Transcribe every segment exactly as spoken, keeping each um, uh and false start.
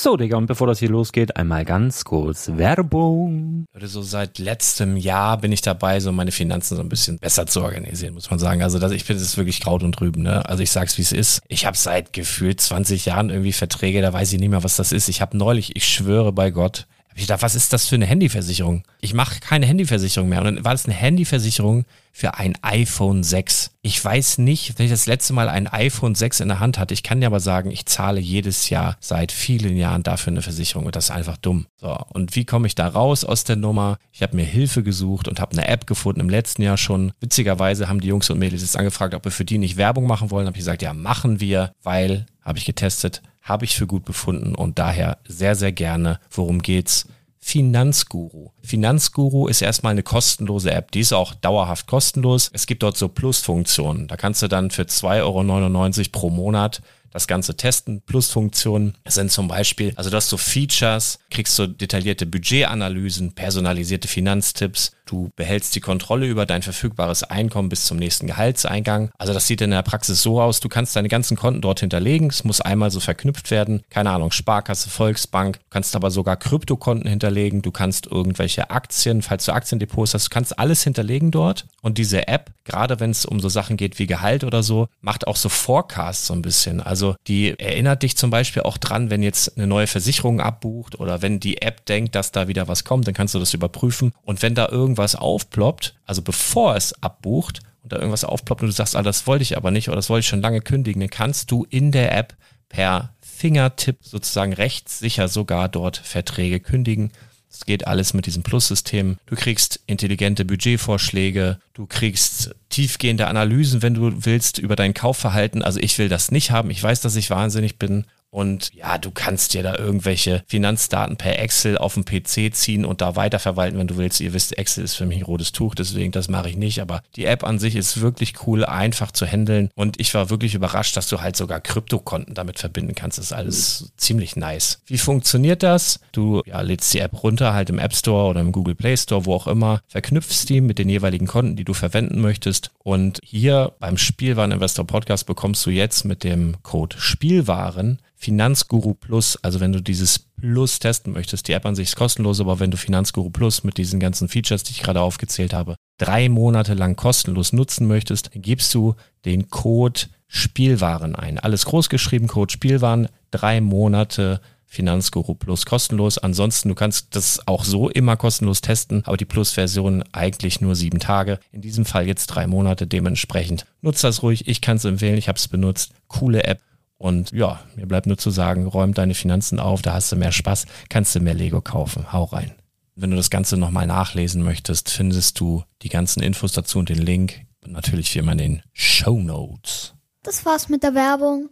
So, Digga, und bevor das hier losgeht, einmal ganz kurz Werbung. So seit letztem Jahr bin ich dabei, so meine Finanzen so ein bisschen besser zu organisieren, muss man sagen. Also das, ich finde, das ist wirklich Kraut und Rüben, ne? Also ich sag's, wie es ist. Ich habe seit gefühlt zwanzig Jahren irgendwie Verträge, da weiß ich nicht mehr, was das ist. Ich habe neulich, ich schwöre bei Gott, hab ich gedacht, was ist das für eine Handyversicherung? Ich mache keine Handyversicherung mehr. Und dann war das eine Handyversicherung für ein iPhone sechs. Ich weiß nicht, wenn ich das letzte Mal ein iPhone sechs in der Hand hatte. Ich kann dir aber sagen, ich zahle jedes Jahr seit vielen Jahren dafür eine Versicherung und das ist einfach dumm. So, und wie komme ich da raus aus der Nummer? Ich habe mir Hilfe gesucht und habe eine App gefunden im letzten Jahr schon. Witzigerweise haben die Jungs und Mädels jetzt angefragt, ob wir für die nicht Werbung machen wollen. Habe ich gesagt, ja, machen wir, weil, habe ich getestet, habe ich für gut befunden und daher sehr, sehr gerne. Worum geht's? Finanzguru. Finanzguru ist erstmal eine kostenlose App. Die ist auch dauerhaft kostenlos. Es gibt dort so Plusfunktionen. Da kannst du dann für zwei Euro neunundneunzig pro Monat das Ganze testen. Plusfunktionen sind zum Beispiel, also du hast so Features, kriegst so detaillierte Budgetanalysen, personalisierte Finanztipps. Du behältst die Kontrolle über dein verfügbares Einkommen bis zum nächsten Gehaltseingang. Also das sieht in der Praxis so aus, du kannst deine ganzen Konten dort hinterlegen. Es muss einmal so verknüpft werden. Keine Ahnung, Sparkasse, Volksbank. Du kannst aber sogar Kryptokonten hinterlegen. Du kannst irgendwelche Aktien, falls du Aktiendepots hast, du kannst alles hinterlegen dort. Und diese App, gerade wenn es um so Sachen geht wie Gehalt oder so, macht auch so Forecasts so ein bisschen. Also die erinnert dich zum Beispiel auch dran, wenn jetzt eine neue Versicherung abbucht oder wenn die App denkt, dass da wieder was kommt, dann kannst du das überprüfen. Und wenn da irgendwas was aufploppt, also bevor es abbucht und da irgendwas aufploppt und du sagst, ah, das wollte ich aber nicht oder das wollte ich schon lange kündigen, dann kannst du in der App per Fingertipp sozusagen rechtssicher sogar dort Verträge kündigen. Das geht alles mit diesem Plus-System. Du kriegst intelligente Budgetvorschläge, du kriegst tiefgehende Analysen, wenn du willst, über dein Kaufverhalten. Also ich will das nicht haben. Ich weiß, dass ich wahnsinnig bin. Und ja, du kannst dir da irgendwelche Finanzdaten per Excel auf dem P C ziehen und da weiterverwalten, wenn du willst. Ihr wisst, Excel ist für mich ein rotes Tuch, deswegen das mache ich nicht. Aber die App an sich ist wirklich cool, einfach zu handeln. Und ich war wirklich überrascht, dass du halt sogar Kryptokonten damit verbinden kannst. Das ist alles ziemlich nice. Wie funktioniert das? Du ja, lädst die App runter, halt im App Store oder im Google Play Store, wo auch immer. Verknüpfst die mit den jeweiligen Konten, die du verwenden möchtest. Und hier beim Spielwareninvestor Podcast bekommst du jetzt mit dem Code Spielwaren Finanzguru Plus, also wenn du dieses Plus testen möchtest, die App an sich ist kostenlos, aber wenn du Finanzguru Plus mit diesen ganzen Features, die ich gerade aufgezählt habe, drei Monate lang kostenlos nutzen möchtest, dann gibst du den Code Spielwaren ein. Alles groß geschrieben, Code Spielwaren, drei Monate Finanzguru Plus kostenlos. Ansonsten, du kannst das auch so immer kostenlos testen, aber die Plus-Version eigentlich nur sieben Tage. In diesem Fall jetzt drei Monate, dementsprechend nutzt das ruhig. Ich kann es empfehlen, ich habe es benutzt. Coole App. Und ja, mir bleibt nur zu sagen, räum deine Finanzen auf, da hast du mehr Spaß, kannst du mehr Lego kaufen. Hau rein. Wenn du das Ganze nochmal nachlesen möchtest, findest du die ganzen Infos dazu und den Link. Und natürlich wie immer in den Shownotes. Das war's mit der Werbung.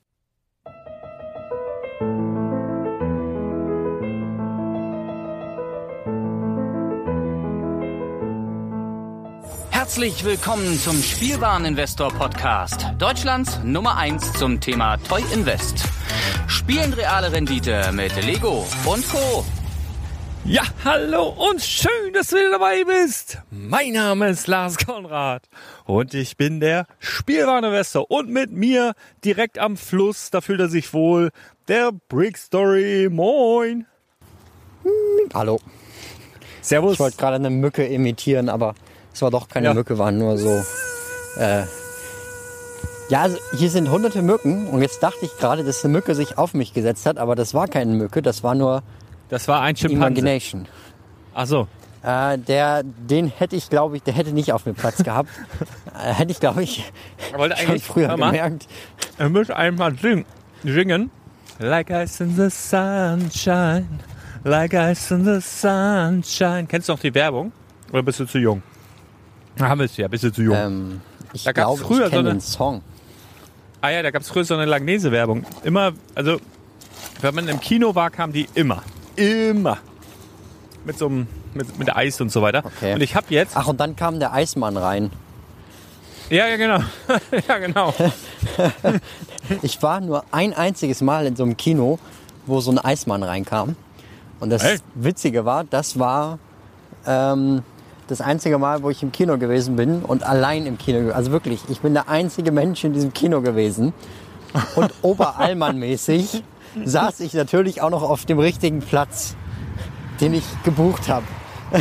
Herzlich willkommen zum Spielwareninvestor Podcast, Deutschlands Nummer eins zum Thema Toy Invest. Spielen reale Rendite mit Lego und Co. Ja, hallo und schön, dass du wieder dabei bist. Mein Name ist Lars Konrad und ich bin der Spielwareninvestor und mit mir direkt am Fluss, da fühlt er sich wohl, der Brick Story. Moin. Hallo. Servus. Ich wollte gerade eine Mücke imitieren, aber es war doch keine ja. Mücke, waren nur so. Äh ja, also hier sind hunderte Mücken und jetzt dachte ich gerade, dass eine Mücke sich auf mich gesetzt hat, aber das war keine Mücke, das war nur das war ein Schimpanse. Imagination. Ach so. Äh, der, den hätte ich, glaube ich, der hätte nicht auf mir Platz gehabt. äh, hätte ich, glaube ich, er wollte schon eigentlich früher mal, gemerkt. Er müsste einmal singen. singen. Like ice in the sunshine, like ice in the sunshine. Kennst du noch die Werbung? Oder bist du zu jung? Da haben wir es ja, bist du zu jung. Ähm, ich da gab's glaube, früher ich kenne so eine, den Song. Ah ja, da gab es früher so eine Langnese-Werbung. Immer, also, wenn man im Kino war, kam die immer. Immer. Mit so einem, mit, mit Eis und so weiter. Okay. Und ich habe jetzt... Ach, und dann kam der Eismann rein. Ja, ja, genau. ja, genau. Ich war nur ein einziges Mal in so einem Kino, wo so ein Eismann reinkam. Und das hey. Witzige war, das war... Ähm, das einzige Mal, wo ich im Kino gewesen bin und allein im Kino, also wirklich, ich bin der einzige Mensch in diesem Kino gewesen und Oberallmann-mäßig saß ich natürlich auch noch auf dem richtigen Platz, den ich gebucht habe.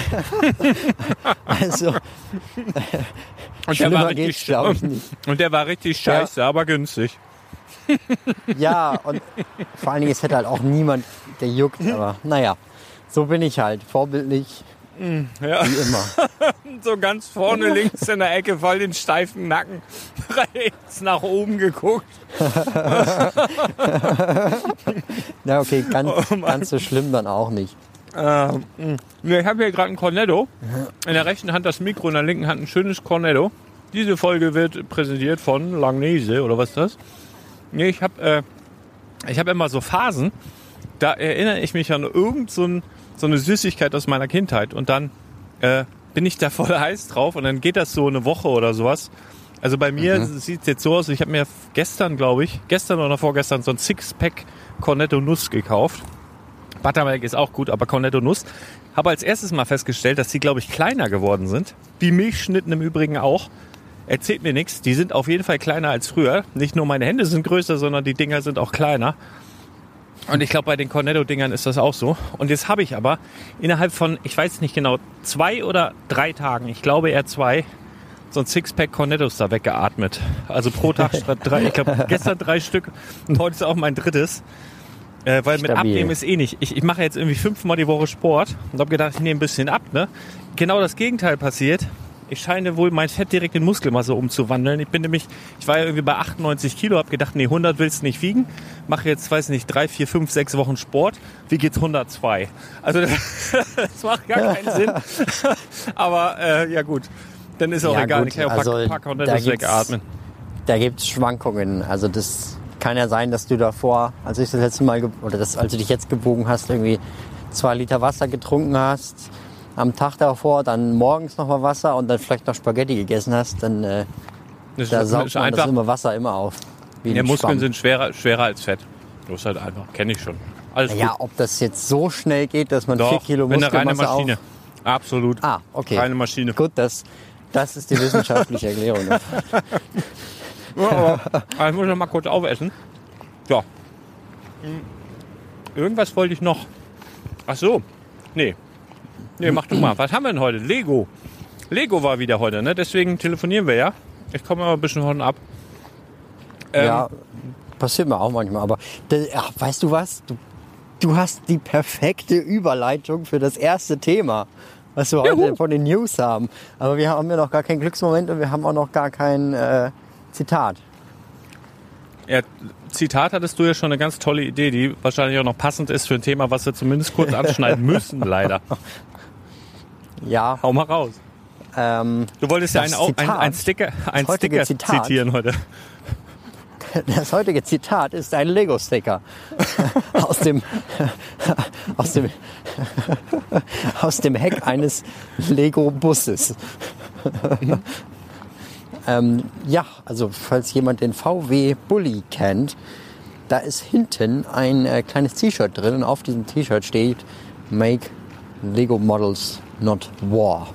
Also, Und der war richtig, glaube ich, nicht. Und der war richtig scheiße, ja. aber günstig. Ja, und vor allen Dingen, es hätte halt auch niemand, der juckt, aber naja, so bin ich halt, vorbildlich, ja. wie immer. So ganz vorne links in der Ecke, voll den steifen Nacken, rechts nach oben geguckt. Na okay, ganz, oh ganz so schlimm dann auch nicht. Ähm, ich habe hier gerade ein Cornetto. In der rechten Hand das Mikro, in der linken Hand ein schönes Cornetto. Diese Folge wird präsentiert von Langnese, oder was ist das? Nee, ich habe äh, ich hab immer so Phasen, da erinnere ich mich an irgend so, ein, so eine Süßigkeit aus meiner Kindheit und dann äh, bin ich da voll heiß drauf und dann geht das so eine Woche oder sowas. Also bei mir mhm. sieht es jetzt so aus, ich habe mir gestern, glaube ich, gestern oder vorgestern so ein Sixpack Cornetto Nuss gekauft. Buttermilk ist auch gut, aber Cornetto Nuss. Habe als erstes mal festgestellt, dass die, glaube ich, kleiner geworden sind. Wie Milchschnitten im Übrigen auch. Erzählt mir nichts. Die sind auf jeden Fall kleiner als früher. Nicht nur meine Hände sind größer, sondern die Dinger sind auch kleiner. Und ich glaube, bei den Cornetto-Dingern ist das auch so. Und jetzt habe ich aber innerhalb von, ich weiß nicht genau, zwei oder drei Tagen, ich glaube eher zwei, so ein Sixpack Cornettos da weggeatmet. Also pro Tag drei, ich glaube gestern drei Stück und heute ist auch mein drittes. Äh, weil mit Stabil. Abnehmen ist eh nicht. Ich, ich mache jetzt irgendwie fünfmal die Woche Sport und habe gedacht, ich nehme ein bisschen ab. Ne? Genau das Gegenteil passiert. Ich scheine wohl mein Fett direkt in Muskelmasse umzuwandeln. Ich bin nämlich, ich war ja irgendwie bei achtundneunzig Kilo, habe gedacht, nee, hundert willst du nicht wiegen. Mache jetzt, weiß nicht, drei, vier, fünf, sechs Wochen Sport. Wie geht's hundertzwei? Also das, das macht gar keinen Sinn. Aber äh, ja gut, dann ist auch Ja, egal. gut, Ich kann ja also ein paar Cornettos da gibt's- wegatmen. Da gibt es Schwankungen. Also das kann ja sein, dass du davor, als ich das letzte Mal, ge- oder das, als du dich jetzt gewogen hast, irgendwie zwei Liter Wasser getrunken hast, am Tag davor, dann morgens noch mal Wasser und dann vielleicht noch Spaghetti gegessen hast, dann äh, Das da ist, saugt ist man einfach, das immer Wasser immer auf. Wie ja, ein Muskeln Schwamm. sind schwerer, schwerer als Fett. Das ist halt einfach, kenne ich schon. Alles Ja, gut. ob das jetzt so schnell geht, dass man vier Doch, Kilo bin eine reine Muskelmasse Maschine. auf... Absolut. Ah, okay. Reine Maschine. Gut, das, das ist die wissenschaftliche Erklärung. Ja, aber ich muss noch mal kurz aufessen. So. Hm. Irgendwas wollte ich noch. Ach so. Nee. Nee, mach du mal. Was haben wir denn heute? Lego. Lego war wieder heute, ne? Deswegen telefonieren wir ja. Ich komme aber ein bisschen von ab. Ähm, Ja, passiert mir auch manchmal. Aber das, ja, weißt du was? Du, du hast die perfekte Überleitung für das erste Thema, was wir heute Juhu. von den News haben. Aber wir haben ja noch gar keinen Glücksmoment und wir haben auch noch gar kein äh, Zitat. Ja, Zitat hattest du ja schon eine ganz tolle Idee, die wahrscheinlich auch noch passend ist für ein Thema, was wir zumindest kurz anschneiden müssen, leider. Ja, Hau mal raus. ähm, Du wolltest ja Das einen, Au- ein, Zitat, ein Sticker, ein das heutige Sticker Zitat. zitieren heute. das heutige Zitat ist ein Lego-Sticker aus dem, aus dem, aus dem Heck eines Lego-Busses. ähm, ja, also falls jemand den V W Bulli kennt, da ist hinten ein äh, kleines T-Shirt drin und auf diesem T-Shirt steht Make Lego Models Not War.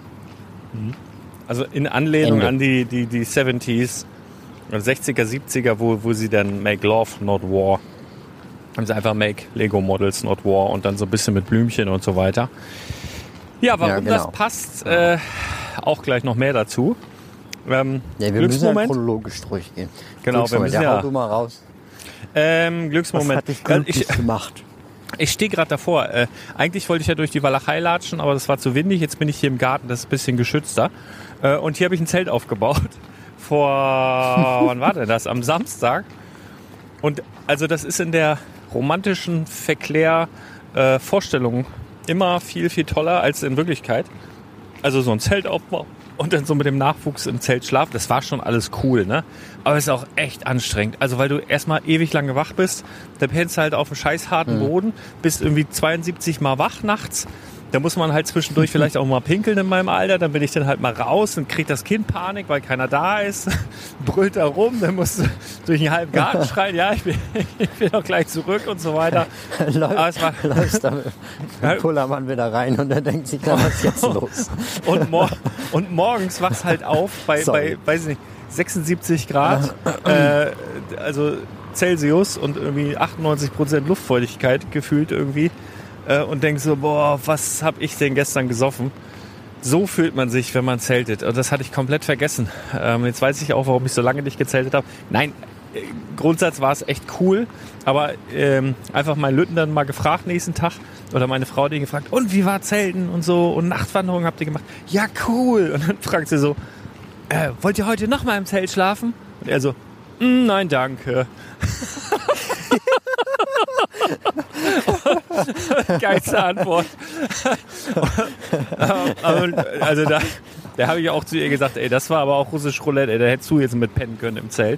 Also in Anlehnung Ende. an die, die, die siebziger, sechziger, siebziger, wo, wo sie dann Make Love, Not War. Haben sie einfach Make Lego Models, Not War und dann so ein bisschen mit Blümchen und so weiter. Ja, warum Ja, genau. das passt, äh, auch gleich noch mehr dazu. Ähm, Ja, wir müssen ja Glücksmoment. chronologisch durchgehen. Genau, wir Glücksmoment. müssen ja, ja- hau du mal raus. Ähm, Was Glücksmoment. hat dich Ja, glücklich ich gemacht? ich stehe gerade davor. Äh, eigentlich wollte ich ja durch die Walachei latschen, aber das war zu windig. Jetzt bin ich hier im Garten, das ist ein bisschen geschützter. Äh, und hier habe ich ein Zelt aufgebaut. Vor, wann war denn das? Am Samstag. Und also das ist in der romantischen Verklär-Vorstellung immer viel, viel toller als in Wirklichkeit. Also so ein Zeltaufbau und dann so mit dem Nachwuchs im Zelt schlafen, das war schon alles cool, ne? Aber es ist auch echt anstrengend. Also weil du erstmal ewig lange wach bist, dann pennst du halt auf dem scheiß harten Boden, bist irgendwie zweiundsiebzig Mal wach nachts. Da muss man halt zwischendurch vielleicht auch mal pinkeln in meinem Alter. Dann bin ich dann halt mal raus und kriegt das Kind Panik, weil keiner da ist. Brüllt da rum, dann musst du durch den halben Garten schreien, ja, ich bin, ich bin doch gleich zurück und so weiter. Aber es war, Läufst da mit dem Pullermann wieder rein und er denkt sich, dann, was ist jetzt los? und, mor und morgens wachst halt auf bei, bei Sorry. weiß ich nicht, sechsundsiebzig Grad. äh, also Celsius und irgendwie achtundneunzig Prozent Luftfeuchtigkeit gefühlt irgendwie äh, und denkst so, boah, was habe ich denn gestern gesoffen? So fühlt man sich, wenn man zeltet. Und das hatte ich komplett vergessen. Ähm, jetzt weiß ich auch, warum ich so lange nicht gezeltet habe. Nein, äh, Grundsatz war es echt cool, aber ähm, einfach meinen Lütten dann mal gefragt nächsten Tag oder meine Frau hat ihn gefragt, und wie war Zelten und so und Nachtwanderung habt ihr gemacht? Ja, cool. Und dann fragt sie so, äh, wollt ihr heute noch mal im Zelt schlafen? Und er so, nein, danke. Geilste Antwort. Also da, da habe ich auch zu ihr gesagt, ey, das war aber auch russisch Roulette, ey, da hättest du jetzt mit pennen können im Zelt.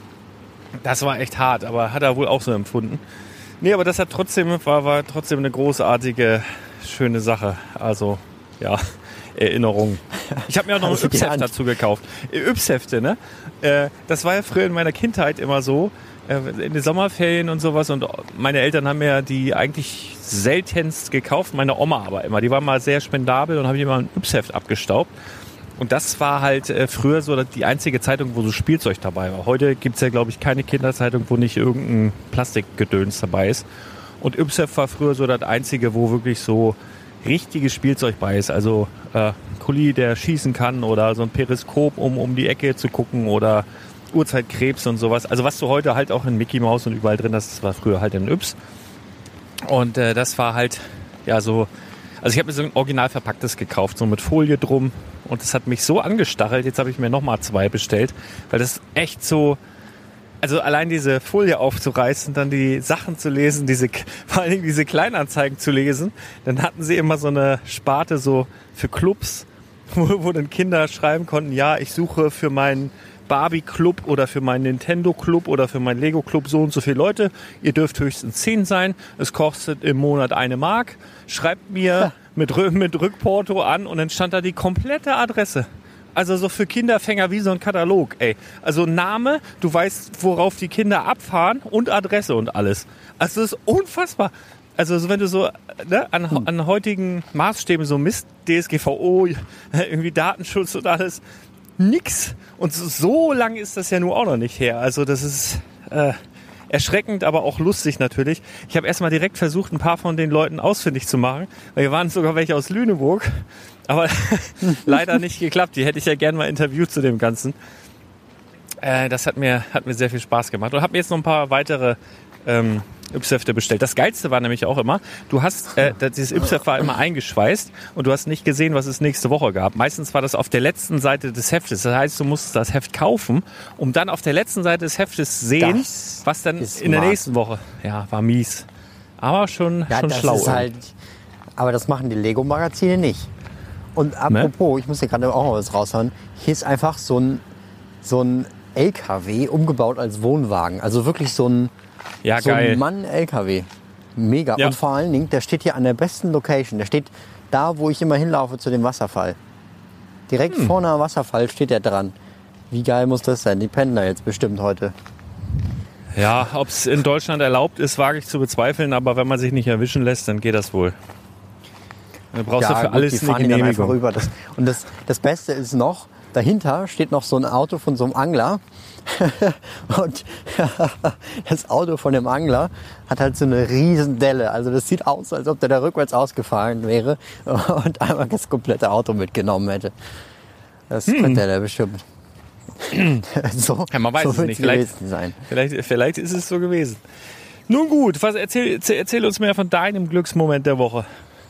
Das war echt hart, aber hat er wohl auch so empfunden. Nee, aber das hat trotzdem, war, war trotzdem eine großartige, schöne Sache. Also, ja, Erinnerung. Ich habe mir auch noch ein Also die Yps-Heft Hand. dazu gekauft. Yps-Hefte, ne? Äh, das war ja früher in meiner Kindheit immer so, äh, in den Sommerferien und sowas. Und meine Eltern haben mir die eigentlich seltenst gekauft, meine Oma aber immer. Die war mal sehr spendabel und habe ich immer ein Yps-Heft abgestaubt. Und das war halt äh, früher so die einzige Zeitung, wo so Spielzeug dabei war. Heute gibt's ja, glaube ich, keine Kinderzeitung, wo nicht irgendein Plastikgedöns dabei ist. Und Yps-Heft war früher so das einzige, wo wirklich so richtiges Spielzeug bei ist. Also äh, Kuli, der schießen kann oder so ein Periskop, um um die Ecke zu gucken oder Urzeitkrebs und sowas. Also was du heute halt auch in Mickey Mouse und überall drin hast, das war früher halt in Yps. Und äh, das war halt, ja so, also ich habe mir so ein original verpacktes gekauft, so mit Folie drum. Und das hat mich so angestachelt, jetzt habe ich mir nochmal zwei bestellt, weil das echt so, also allein diese Folie aufzureißen, dann die Sachen zu lesen, diese, vor allen Dingen diese Kleinanzeigen zu lesen, dann hatten sie immer so eine Sparte so für Clubs, wo, wo dann Kinder schreiben konnten, ja, ich suche für meinen Barbie-Club oder für meinen Nintendo-Club oder für meinen Lego-Club so und so viele Leute. Ihr dürft höchstens zehn sein. Es kostet im Monat eine Mark. Schreibt mir mit, mit Rückporto an und dann stand da die komplette Adresse. Also so für Kinderfänger wie so ein Katalog, ey. Also Name, du weißt, worauf die Kinder abfahren und Adresse und alles. Also das ist unfassbar. Also so, wenn du so ne, an, an heutigen Maßstäben so misst, D S G V O, irgendwie Datenschutz und alles, nix. Und so, so lang ist das ja nur auch noch nicht her. Also das ist äh, erschreckend, aber auch lustig natürlich. Ich habe erstmal direkt versucht, ein paar von den Leuten ausfindig zu machen, weil hier waren sogar welche aus Lüneburg, aber leider nicht geklappt. Die hätte ich ja gerne mal interviewt zu dem Ganzen. Äh, das hat mir, hat mir sehr viel Spaß gemacht und habe mir jetzt noch ein paar weitere ähm, Yps-Hefte bestellt. Das Geilste war nämlich auch immer, du hast, äh, dieses Yps-Heft war immer eingeschweißt und du hast nicht gesehen, was es nächste Woche gab. Meistens war das auf der letzten Seite des Heftes. Das heißt, du musst das Heft kaufen, um dann auf der letzten Seite des Heftes sehen, Das was dann ist in der smart. nächsten Woche. Ja, war mies. Aber schon, Ja, schon das schlau. ist halt, aber das machen die Lego-Magazine nicht. Und apropos, ich muss hier gerade auch mal was raushauen, hier ist einfach so ein, so ein L K W umgebaut als Wohnwagen. Also wirklich so ein, ja, so geil. ein Mann-L K W. Mega. Ja. Und vor allen Dingen, der steht hier an der besten Location. Der steht da, wo ich immer hinlaufe zu dem Wasserfall. Direkt Hm. vorne am Wasserfall steht er dran. Wie geil muss das sein? Die pennen da jetzt bestimmt heute. Ja, ob es in Deutschland erlaubt ist, wage ich zu bezweifeln, aber wenn man sich nicht erwischen lässt, dann geht das wohl. Dann brauchst du für gut, alles die eine fahren die dann einfach Genehmigung. rüber. Das, und das, das Beste ist noch, dahinter steht noch so ein Auto von so einem Angler. Und das Auto von dem Angler hat halt so eine riesen Delle. Also das sieht aus, als ob der da rückwärts ausgefahren wäre und einmal das komplette Auto mitgenommen hätte. Das Hm. könnte er bestimmt. so, Ja, man weiß so es wird's nicht. Vielleicht- gewesen sein. Vielleicht, vielleicht ist es so gewesen. Nun gut, was, erzähl, erzähl, erzähl uns mehr von deinem Glücksmoment der Woche.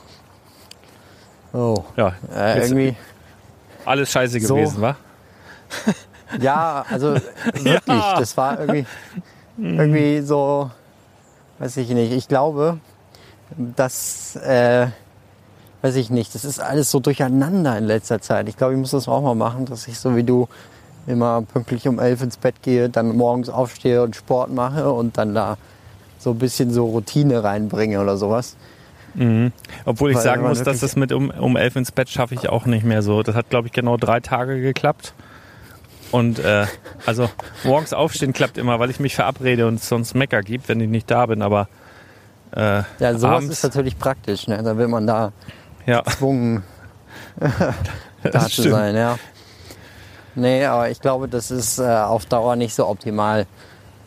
Oh, Ja, äh, jetzt irgendwie. alles scheiße so- gewesen, wa? Ja, also wirklich, Ja. das war irgendwie, irgendwie so, weiß ich nicht. Ich glaube, dass, äh, weiß ich nicht, das ist alles so durcheinander in letzter Zeit. Ich glaube, ich muss das auch mal machen, dass ich so wie du immer pünktlich um elf ins Bett gehe, dann morgens aufstehe und Sport mache und dann da so ein bisschen so Routine reinbringe oder sowas. Mhm. Obwohl ich Weil sagen man muss, dass wirklich- das mit um, um elf ins Bett schaffe ich auch nicht mehr so. Das hat, glaube ich, genau drei Tage geklappt. Und äh, also morgens aufstehen klappt immer, weil ich mich verabrede und es sonst Mecker gibt, wenn ich nicht da bin. Aber äh, Ja, sowas abends, ist natürlich praktisch, ne? Da will man da ja, gezwungen da das zu stimmt. sein, ja. Nee, aber ich glaube, das ist äh, auf Dauer nicht so optimal.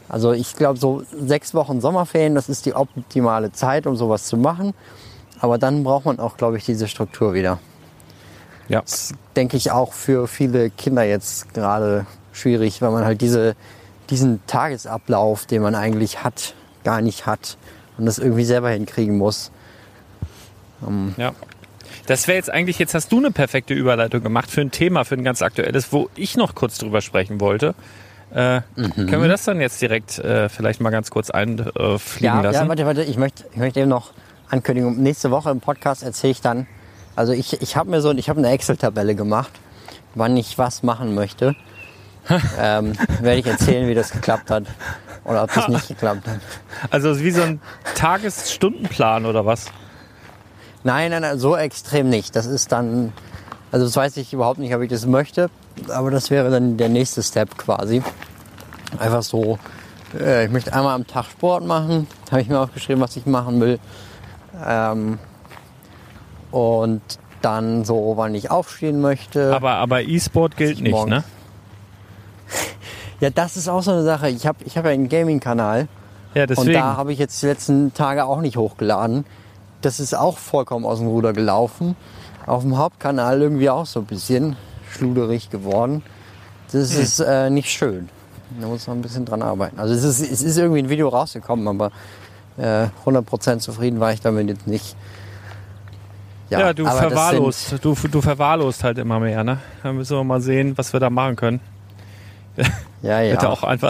Also ich glaube, so sechs Wochen Sommerferien, das ist die optimale Zeit, um sowas zu machen. Aber dann braucht man auch, glaube ich, diese Struktur wieder. Ja. Das denke ich auch für viele Kinder jetzt gerade schwierig, weil man halt diese, diesen Tagesablauf, den man eigentlich hat, gar nicht hat und das irgendwie selber hinkriegen muss. Um, Ja. Das wäre jetzt eigentlich, jetzt hast du eine perfekte Überleitung gemacht für ein Thema, für ein ganz aktuelles, wo ich noch kurz drüber sprechen wollte. Äh, mhm. Können wir das dann jetzt direkt äh, vielleicht mal ganz kurz einfliegen ja, lassen? Ja, warte, warte, ich möchte, ich möchte eben noch ankündigen. Nächste Woche im Podcast erzähle ich dann, also ich, ich habe mir so, ich habe eine Excel-Tabelle gemacht, wann ich was machen möchte. ähm, werde ich erzählen, wie das geklappt hat oder ob das nicht geklappt hat. Also wie so ein Tagesstundenplan oder was? Nein, nein, nein, so extrem nicht. Das ist dann, also das weiß ich überhaupt nicht, ob ich das möchte, aber das wäre dann der nächste Step quasi. Einfach so, äh, ich möchte einmal am Tag Sport machen, habe ich mir aufgeschrieben, was ich machen will. Ähm, und dann so, wann ich aufstehen möchte. Aber, aber E-Sport gilt nicht, morgens, ne? Ja, das ist auch so eine Sache. Ich habe ich hab ja einen Gaming-Kanal. Ja, deswegen. Und da habe ich jetzt die letzten Tage auch nicht hochgeladen. Das ist auch vollkommen aus dem Ruder gelaufen. Auf dem Hauptkanal irgendwie auch so ein bisschen schluderig geworden. Das hm. ist äh, nicht schön. Da muss man ein bisschen dran arbeiten. Also es ist, es ist irgendwie ein Video rausgekommen, aber äh, hundert Prozent zufrieden war ich damit jetzt nicht. Ja, ja, du verwahrlost. Du, du verwahrlost halt immer mehr, ne? Da müssen wir mal sehen, was wir da machen können. Ja, ja. Bitte auch einfach.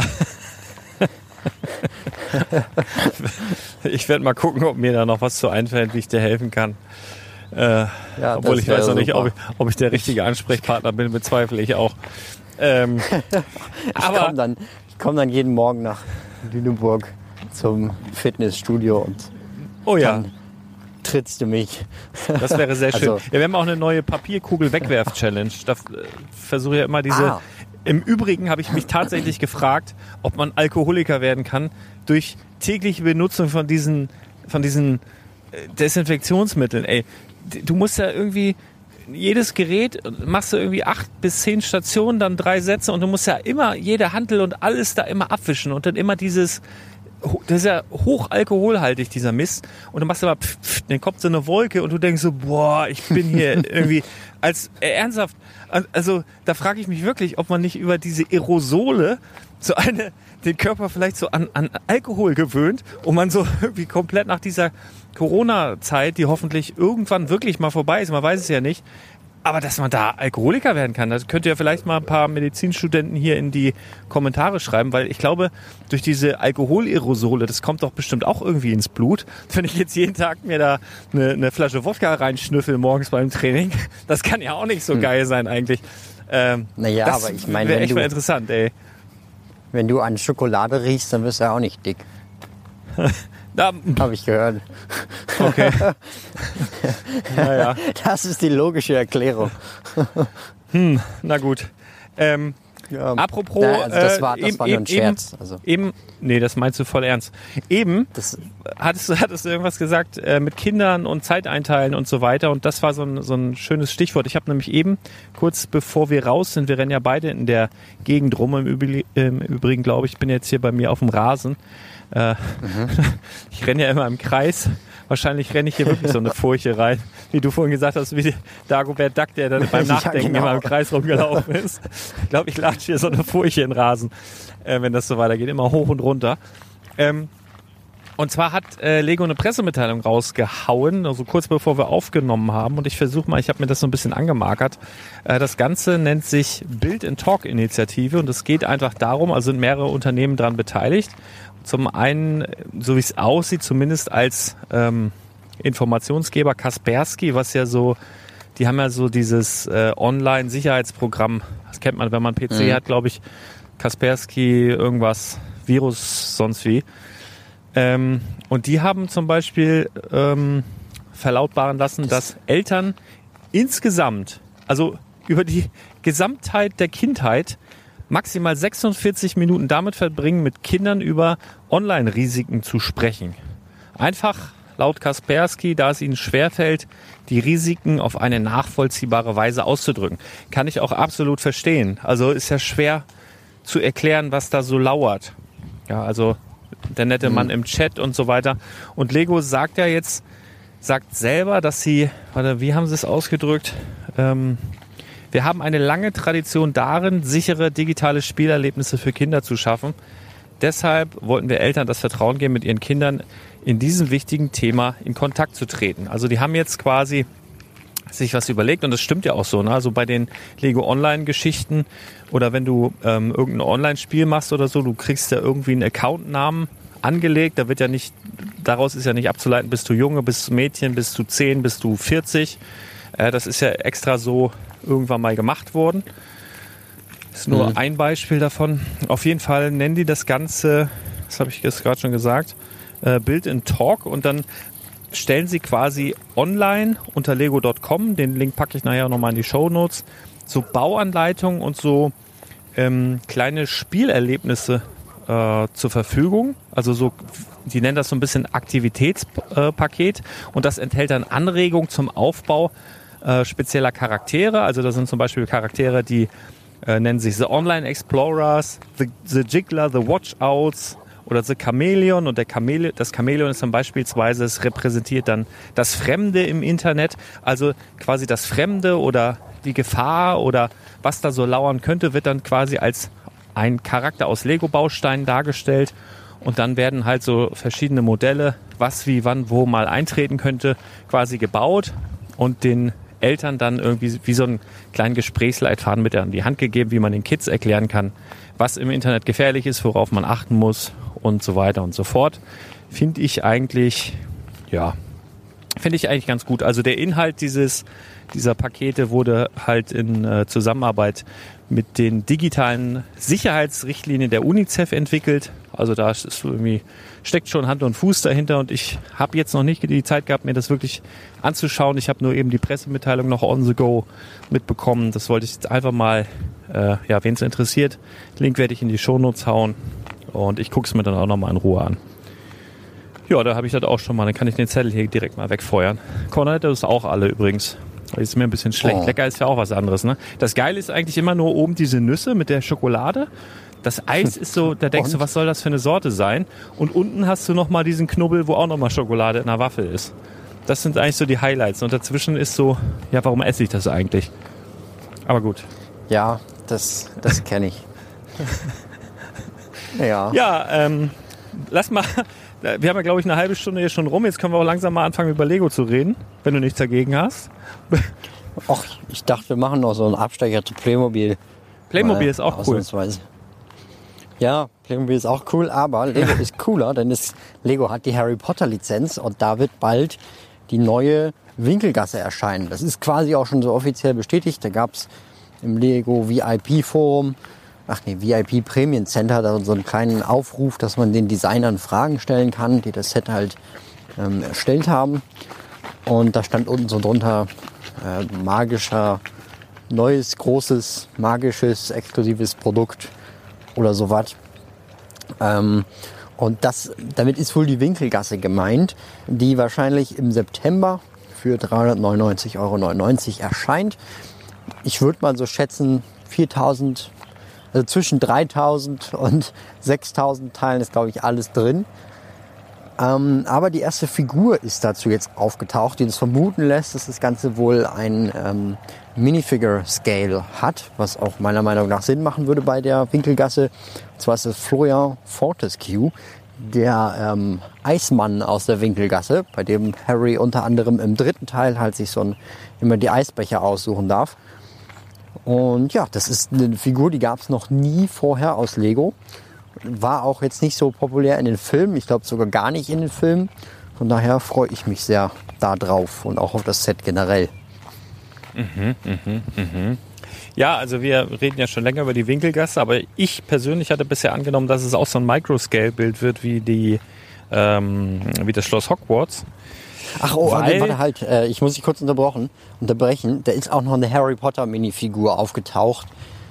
Ich werde mal gucken, ob mir da noch was zu einfällt, wie ich dir helfen kann. Äh, ja, obwohl ich weiß noch nicht, ob ich, ob ich der richtige Ansprechpartner bin, bezweifle ich auch. Ähm, ich komme dann, komm dann jeden Morgen nach Lüneburg zum Fitnessstudio und oh ja. dann trittst du mich. Das wäre sehr schön. Also, ja, wir haben auch eine neue Papierkugel-Wegwerf-Challenge. Da versuche ich ja immer diese... Ah. Im Übrigen habe ich mich tatsächlich gefragt, ob man Alkoholiker werden kann durch tägliche Benutzung von diesen, von diesen Desinfektionsmitteln. Ey, du musst ja irgendwie jedes Gerät, machst du irgendwie acht bis zehn Stationen, dann drei Sätze und du musst ja immer jede Handel und alles da immer abwischen und dann immer dieses, das ist ja hochalkoholhaltig, dieser Mist. Und du machst immer, pff, pff, dann kommt so eine Wolke und du denkst so, boah, ich bin hier irgendwie, als äh, ernsthaft, also da frage ich mich wirklich, ob man nicht über diese Aerosole so eine, den Körper vielleicht so an, an Alkohol gewöhnt und man so irgendwie komplett nach dieser Corona-Zeit, die hoffentlich irgendwann wirklich mal vorbei ist, man weiß es ja nicht, aber dass man da Alkoholiker werden kann, das könnt ihr vielleicht mal ein paar Medizinstudenten hier in die Kommentare schreiben, weil ich glaube, durch diese Alkoholaerosole, das kommt doch bestimmt auch irgendwie ins Blut. Wenn ich jetzt jeden Tag mir da eine, eine Flasche Wodka reinschnüffel morgens beim Training, das kann ja auch nicht so hm. geil sein eigentlich. Ähm, naja, das aber ich meine, wäre echt du, mal interessant, ey. Wenn du an Schokolade riechst, dann wirst du ja auch nicht dick. Habe ich gehört. Okay. Naja. Das ist die logische Erklärung. Hm, na gut. Ähm, ja. Apropos, na, also das war, das äh, eben, war nur ein Scherz. Eben, also. eben, nee, das meinst du voll ernst. Eben das, hattest, du, hattest du irgendwas gesagt äh, mit Kindern und Zeit einteilen und so weiter und das war so ein, so ein schönes Stichwort. Ich habe nämlich eben, kurz bevor wir raus sind, wir rennen ja beide in der Gegend rum, im Übrigen, im Übrigen glaube ich, bin jetzt hier bei mir auf dem Rasen. Äh, mhm. Ich renne ja immer im Kreis. Wahrscheinlich renne ich hier wirklich so eine Furche rein, wie du vorhin gesagt hast, wie Dagobert Duck, der dann beim Nachdenken ja, genau. immer im Kreis rumgelaufen ist. Ich glaube, ich latsche hier so eine Furche in den Rasen, äh, wenn das so weitergeht, immer hoch und runter. Ähm, und zwar hat äh, Lego eine Pressemitteilung rausgehauen, also kurz bevor wir aufgenommen haben. Und ich versuche mal, ich habe mir das so ein bisschen angemarkert. Äh, das Ganze nennt sich Build and Talk Initiative und es geht einfach darum, also sind mehrere Unternehmen daran beteiligt. Zum einen, so wie es aussieht, zumindest als ähm, Informationsgeber Kaspersky, was ja so, die haben ja so dieses äh, Online-Sicherheitsprogramm, das kennt man, wenn man P C mhm. hat, glaube ich, Kaspersky, irgendwas, Virus, sonst wie. Ähm, und die haben zum Beispiel ähm, verlautbaren lassen, dass Eltern insgesamt, also über die Gesamtheit der Kindheit, maximal sechsundvierzig Minuten damit verbringen, mit Kindern über Online-Risiken zu sprechen. Einfach laut Kaspersky, da es ihnen schwerfällt, die Risiken auf eine nachvollziehbare Weise auszudrücken. Kann ich auch absolut verstehen. Also ist ja schwer zu erklären, was da so lauert. Ja, also der nette Mann im Chat und so weiter. Und Lego sagt ja jetzt, sagt selber, dass sie, warte, wie haben sie es ausgedrückt? Ähm, wir haben eine lange Tradition darin, sichere digitale Spielerlebnisse für Kinder zu schaffen. Deshalb wollten wir Eltern das Vertrauen geben, mit ihren Kindern in diesem wichtigen Thema in Kontakt zu treten. Also die haben jetzt quasi sich was überlegt und das stimmt ja auch so. Ne? Also bei den Lego Online-Geschichten oder wenn du ähm, irgendein Online-Spiel machst oder so, du kriegst ja irgendwie einen Accountnamen angelegt. Da wird ja nicht, daraus ist ja nicht abzuleiten, bist du Junge, bist du Mädchen, bist du zehn, bist du vierzig. Äh, das ist ja extra so irgendwann mal gemacht worden. Das ist nur mhm. ein Beispiel davon. Auf jeden Fall nennen die das Ganze, das habe ich jetzt gerade schon gesagt, äh, Build and Talk und dann stellen sie quasi online unter lego Punkt com, den Link packe ich nachher nochmal in die Shownotes, so Bauanleitungen und so ähm, kleine Spielerlebnisse äh, zur Verfügung. Also so, die nennen das so ein bisschen Aktivitätspaket äh, und das enthält dann Anregungen zum Aufbau äh, spezieller Charaktere. Also da sind zum Beispiel Charaktere, die äh, nennen sich The Online Explorers, The, the Jiggler, The Watchouts, oder The Chameleon und der Chamele- das Chameleon ist dann beispielsweise, es repräsentiert dann das Fremde im Internet, also quasi das Fremde oder die Gefahr oder was da so lauern könnte, wird dann quasi als ein Charakter aus Lego-Bausteinen dargestellt und dann werden halt so verschiedene Modelle, was wie wann wo mal eintreten könnte, quasi gebaut und den Eltern dann irgendwie wie so einen kleinen Gesprächsleitfaden mit an die Hand gegeben, wie man den Kids erklären kann, was im Internet gefährlich ist, worauf man achten muss und so weiter und so fort. Finde ich eigentlich, ja, finde ich eigentlich ganz gut. Also der Inhalt dieses, dieser Pakete wurde halt in äh, Zusammenarbeit mit den digitalen Sicherheitsrichtlinien der UNICEF entwickelt. Also da ist irgendwie, steckt schon Hand und Fuß dahinter und ich habe jetzt noch nicht die Zeit gehabt, mir das wirklich anzuschauen. Ich habe nur eben die Pressemitteilung noch on the go mitbekommen. Das wollte ich jetzt einfach mal, äh, ja, wen es interessiert. Link werde ich in die Shownotes hauen und ich gucke es mir dann auch nochmal in Ruhe an. Ja, da habe ich das auch schon mal. Dann kann ich den Zettel hier direkt mal wegfeuern. Cornetto ist auch alle übrigens. Das ist mir ein bisschen schlecht. Oh. Lecker ist ja auch was anderes, ne? Das Geile ist eigentlich immer nur oben diese Nüsse mit der Schokolade. Das Eis ist so, da denkst du, was soll das für eine Sorte sein? Und unten hast du nochmal diesen Knubbel, wo auch nochmal Schokolade in der Waffel ist. Das sind eigentlich so die Highlights. Und dazwischen ist so, ja, warum esse ich das eigentlich? Aber gut. Ja, das, das kenne ich. ja. Ja, ähm, lass mal... Wir haben ja, glaube ich, eine halbe Stunde hier schon rum. Jetzt können wir auch langsam mal anfangen, über Lego zu reden, wenn du nichts dagegen hast. Ach, ich dachte, wir machen noch so einen Abstecher zu Playmobil. Playmobil Mal, ist auch cool. Ja, Playmobil ist auch cool, aber Lego ist cooler, denn es, Lego hat die Harry Potter Lizenz und da wird bald die neue Winkelgasse erscheinen. Das ist quasi auch schon so offiziell bestätigt. Da gab es im Lego V I P Forum, ach nee, V I P Premium Center, da so einen kleinen Aufruf, dass man den Designern Fragen stellen kann, die das Set halt ähm, erstellt haben. Und da stand unten so drunter äh, magischer, neues, großes, magisches, exklusives Produkt oder sowas. Ähm, und das, damit ist wohl die Winkelgasse gemeint, die wahrscheinlich im September für dreihundertneunundneunzig Euro neunundneunzig erscheint. Ich würde mal so schätzen, viertausend, also zwischen dreitausend und sechstausend Teilen ist, glaube ich, alles drin. Ähm, aber die erste Figur ist dazu jetzt aufgetaucht, die uns vermuten lässt, dass das Ganze wohl ein ähm, Minifigure-Scale hat, was auch meiner Meinung nach Sinn machen würde bei der Winkelgasse. Und zwar ist das Florian Fortescue, der ähm, Eismann aus der Winkelgasse, bei dem Harry unter anderem im dritten Teil halt sich so ein, immer die Eisbecher aussuchen darf. Und ja, das ist eine Figur, die gab es noch nie vorher aus Lego. War auch jetzt nicht so populär in den Filmen. Ich glaube sogar gar nicht in den Filmen. Von daher freue ich mich sehr da drauf und auch auf das Set generell. Mhm, mhm, mhm. Ja, also wir reden ja schon länger über die Winkelgasse, aber ich persönlich hatte bisher angenommen, dass es auch so ein Microscale-Bild wird wie die ähm, wie das Schloss Hogwarts. Ach oh, Weil, warte halt, äh, ich muss dich kurz unterbrochen, unterbrechen. Da ist auch noch eine Harry Potter Minifigur aufgetaucht.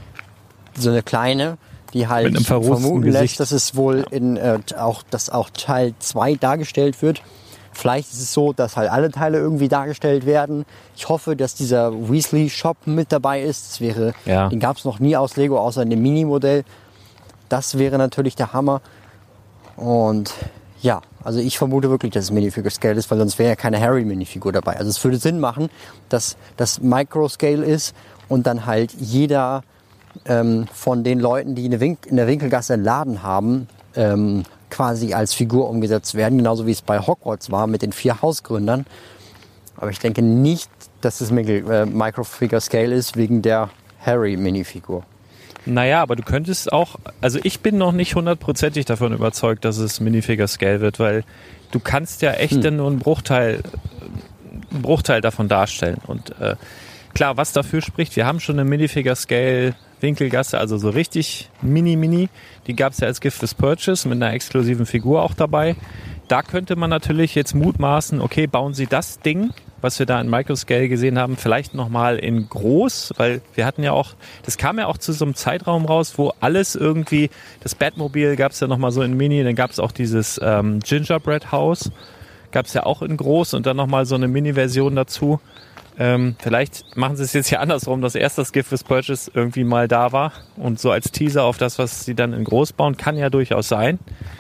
So eine kleine, die halt vermuten lässt, Gesicht. Dass es wohl in äh, auch, dass auch Teil zwei dargestellt wird. Vielleicht ist es so, dass halt alle Teile irgendwie dargestellt werden. Ich hoffe, dass dieser Weasley Shop mit dabei ist. Das wäre, ja. Den gab es noch nie aus Lego, außer in dem Minimodell. Das wäre natürlich der Hammer. Und ja, also ich vermute wirklich, dass es Minifigure-Scale ist, weil sonst wäre ja keine Harry-Minifigur dabei. Also es würde Sinn machen, dass das Micro-Scale ist und dann halt jeder ähm, von den Leuten, die in der, Wink- in der Winkelgasse einen Laden haben, ähm, quasi als Figur umgesetzt werden. Genauso wie es bei Hogwarts war mit den vier Hausgründern. Aber ich denke nicht, dass es äh, Micro-Figure-Scale ist wegen der Harry-Minifigur. Naja, aber du könntest auch, also ich bin noch nicht hundertprozentig davon überzeugt, dass es Minifigure-Scale wird, weil du kannst ja echt hm. dann nur einen Bruchteil, einen Bruchteil davon darstellen. Und äh, klar, was dafür spricht, wir haben schon eine Minifigure-Scale-Winkelgasse, also so richtig mini-mini, die gab es ja als Gift with Purchase mit einer exklusiven Figur auch dabei. Da könnte man natürlich jetzt mutmaßen, okay, bauen Sie das Ding, was wir da in Microscale gesehen haben, vielleicht nochmal in groß, weil wir hatten ja auch, das kam ja auch zu so einem Zeitraum raus, wo alles irgendwie, das Batmobil gab es ja nochmal so in Mini, dann gab es auch dieses ähm, Gingerbread House, gab es ja auch in groß und dann nochmal so eine Mini-Version dazu. Ähm, vielleicht machen sie es jetzt hier andersrum, dass erst das Gift with Purchase irgendwie mal da war und so als Teaser auf das, was sie dann in groß bauen, kann ja durchaus sein.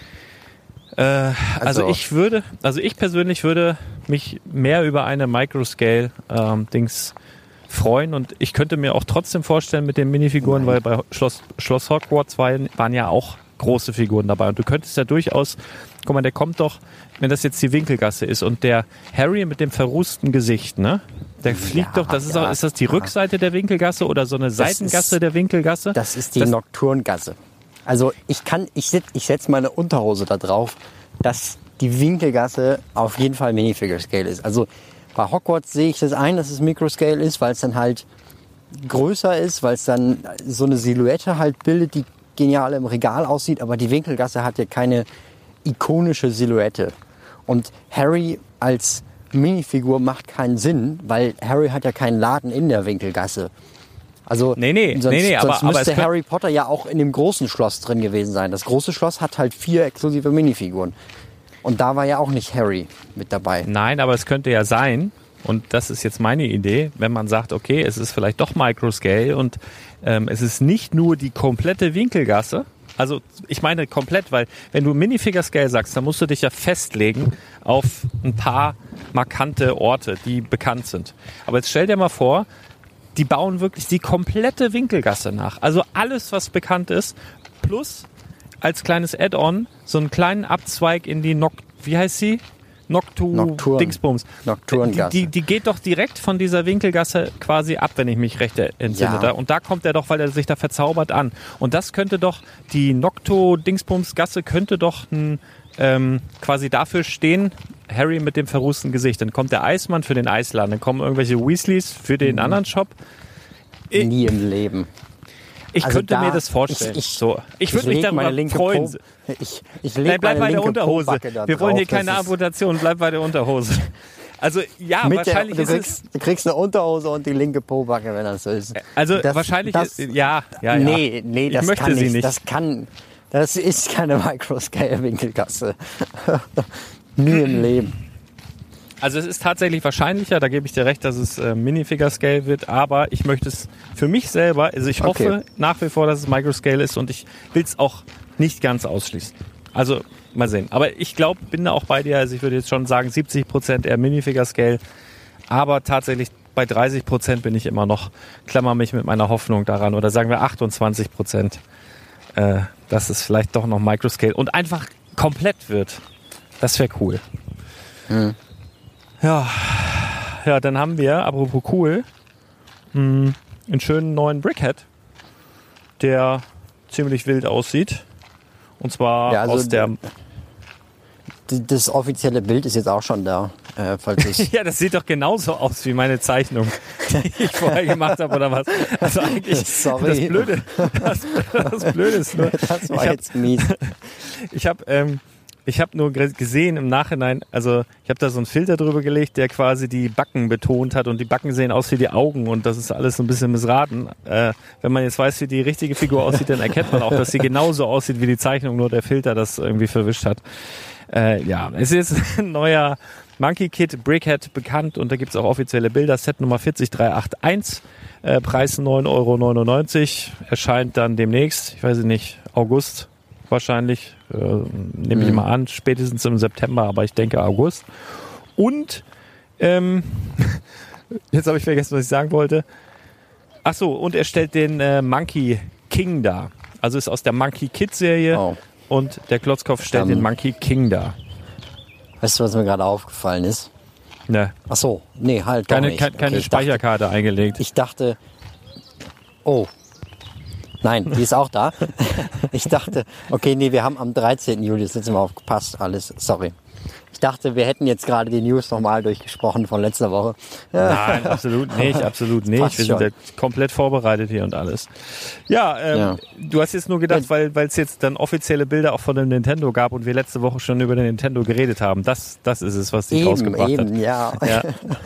Äh, also, also ich würde, also ich persönlich würde mich mehr über eine Microscale-Dings ähm, freuen und ich könnte mir auch trotzdem vorstellen mit den Minifiguren, Nein. weil bei Schloss, Schloss Hogwarts waren, waren ja auch große Figuren dabei und du könntest ja durchaus, guck mal, der kommt doch, wenn das jetzt die Winkelgasse ist und der Harry mit dem verrußten Gesicht, ne? Der fliegt ja, doch, das ist, auch, ist das die ja. Rückseite der Winkelgasse oder so eine das Seitengasse ist, der Winkelgasse? Das ist die das, Nocturngasse. Also ich kann, ich setze ich setz meine Unterhose da drauf, dass die Winkelgasse auf jeden Fall Minifigure-Scale ist. Also bei Hogwarts sehe ich das ein, dass es Microscale ist, weil es dann halt größer ist, weil es dann so eine Silhouette halt bildet, die genial im Regal aussieht. Aber die Winkelgasse hat ja keine ikonische Silhouette. Und Harry als Minifigur macht keinen Sinn, weil Harry hat ja keinen Laden in der Winkelgasse. Also nee, nee, sonst, nee, nee, sonst aber, müsste aber Harry Potter ja auch in dem großen Schloss drin gewesen sein. Das große Schloss hat halt vier exklusive Minifiguren. Und da war ja auch nicht Harry mit dabei. Nein, aber es könnte ja sein, und das ist jetzt meine Idee, wenn man sagt, okay, es ist vielleicht doch Microscale und ähm, es ist nicht nur die komplette Winkelgasse, also ich meine komplett, weil wenn du Minifigure-Scale sagst, dann musst du dich ja festlegen auf ein paar markante Orte, die bekannt sind. Aber jetzt stell dir mal vor, die bauen wirklich die komplette Winkelgasse nach. Also alles, was bekannt ist, plus als kleines Add-on so einen kleinen Abzweig in die Noct... Wie heißt sie? Noctu... Nocturn. Dingsbums. Nocturngasse. Die, die, die geht doch direkt von dieser Winkelgasse quasi ab, wenn ich mich recht entsinne. Ja. Und da kommt er doch, weil er sich da verzaubert an. Und das könnte doch, die Noctu-Dingsbums-Gasse könnte doch ein, ähm, quasi dafür stehen, Harry mit dem verrußten Gesicht. Dann kommt der Eismann für den Eisladen. Dann kommen irgendwelche Weasleys für den mhm. anderen Shop. Ich, Nie im Leben. Ich also könnte da, mir das vorstellen. Ich, ich, so. ich würde mich darüber freuen. Po, ich ich lege bleib meine bei der linke Unterhose. Pobacke da Wir drauf. wollen hier keine Amputation. Bleib bei der Unterhose. Also ja, Mit wahrscheinlich der, du ist kriegst, es... Du kriegst eine Unterhose und die linke Pobacke, wenn das so ist. Also das, wahrscheinlich... Das, ist, ja, ja, ja. Nee, nee, das ich möchte kann sie nicht. nicht. Das kann... Das ist keine Microscale-Winkelgasse. Nie im Leben. Also es ist tatsächlich wahrscheinlicher, da gebe ich dir recht, dass es äh, Minifigure-Scale wird, aber ich möchte es für mich selber, also ich hoffe okay. nach wie vor, dass es Microscale ist und ich will es auch nicht ganz ausschließen. Also mal sehen. Aber ich glaube, bin da auch bei dir, also ich würde jetzt schon sagen siebzig Prozent eher Minifigure-Scale, aber tatsächlich bei dreißig Prozent bin ich immer noch, klammer mich mit meiner Hoffnung daran, oder sagen wir achtundzwanzig Prozent, äh, dass es vielleicht doch noch Microscale und einfach komplett wird. Das wäre cool. Hm. Ja, ja, dann haben wir, apropos cool, mh, einen schönen neuen Brickhead, der ziemlich wild aussieht. Und zwar ja, also aus der... Das offizielle Bild ist jetzt auch schon da. Äh, falls ich ja, das sieht doch genauso aus wie meine Zeichnung, die ich vorher gemacht habe, oder was? Also eigentlich, Sorry. das Blöde, das, das Blöde ist nur... Das war ich hab, jetzt mies. Ich habe... Ähm, Ich habe nur gesehen im Nachhinein, also ich habe da so einen Filter drüber gelegt, der quasi die Backen betont hat und die Backen sehen aus wie die Augen und das ist alles so ein bisschen missraten. Äh, wenn man jetzt weiß, wie die richtige Figur aussieht, dann erkennt man auch, dass sie genauso aussieht wie die Zeichnung, nur der Filter das irgendwie verwischt hat. Äh, ja, es ist ein neuer Monkey Kid Brickhead bekannt und da gibt's auch offizielle Bilder. Set Nummer vier null drei acht eins, äh, Preis neun Euro neunundneunzig, erscheint dann demnächst, ich weiß nicht, August. wahrscheinlich, äh, nehme ich Mhm. mal an, spätestens im September, aber ich denke August. Und ähm, jetzt habe ich vergessen, was ich sagen wollte. Ach so, und er stellt den äh, Monkey King dar. Also ist aus der Monkey Kid Serie Oh. und der Klotzkopf stellt Ähm. den Monkey King dar. Weißt du, was mir gerade aufgefallen ist? Ne, Ach so, nee, halt doch keine nicht. kein, keine Okay, ich dachte, Speicherkarte eingelegt. ich dachte, oh, nein, die ist auch da. Ich dachte, okay, nee, wir haben am dreizehnten Juli, jetzt sind wir aufgepasst, alles, sorry. Ich dachte, wir hätten jetzt gerade die News nochmal durchgesprochen von letzter Woche. Nein, absolut nicht, absolut nicht. Passt Wir sind schon. ja komplett vorbereitet hier und alles. Ja, ähm, Ja. du hast jetzt nur gedacht, weil weil es jetzt dann offizielle Bilder auch von dem Nintendo gab und wir letzte Woche schon über den Nintendo geredet haben. Das, das ist es, was dich Eben, rausgebracht eben, hat. ja. Ja,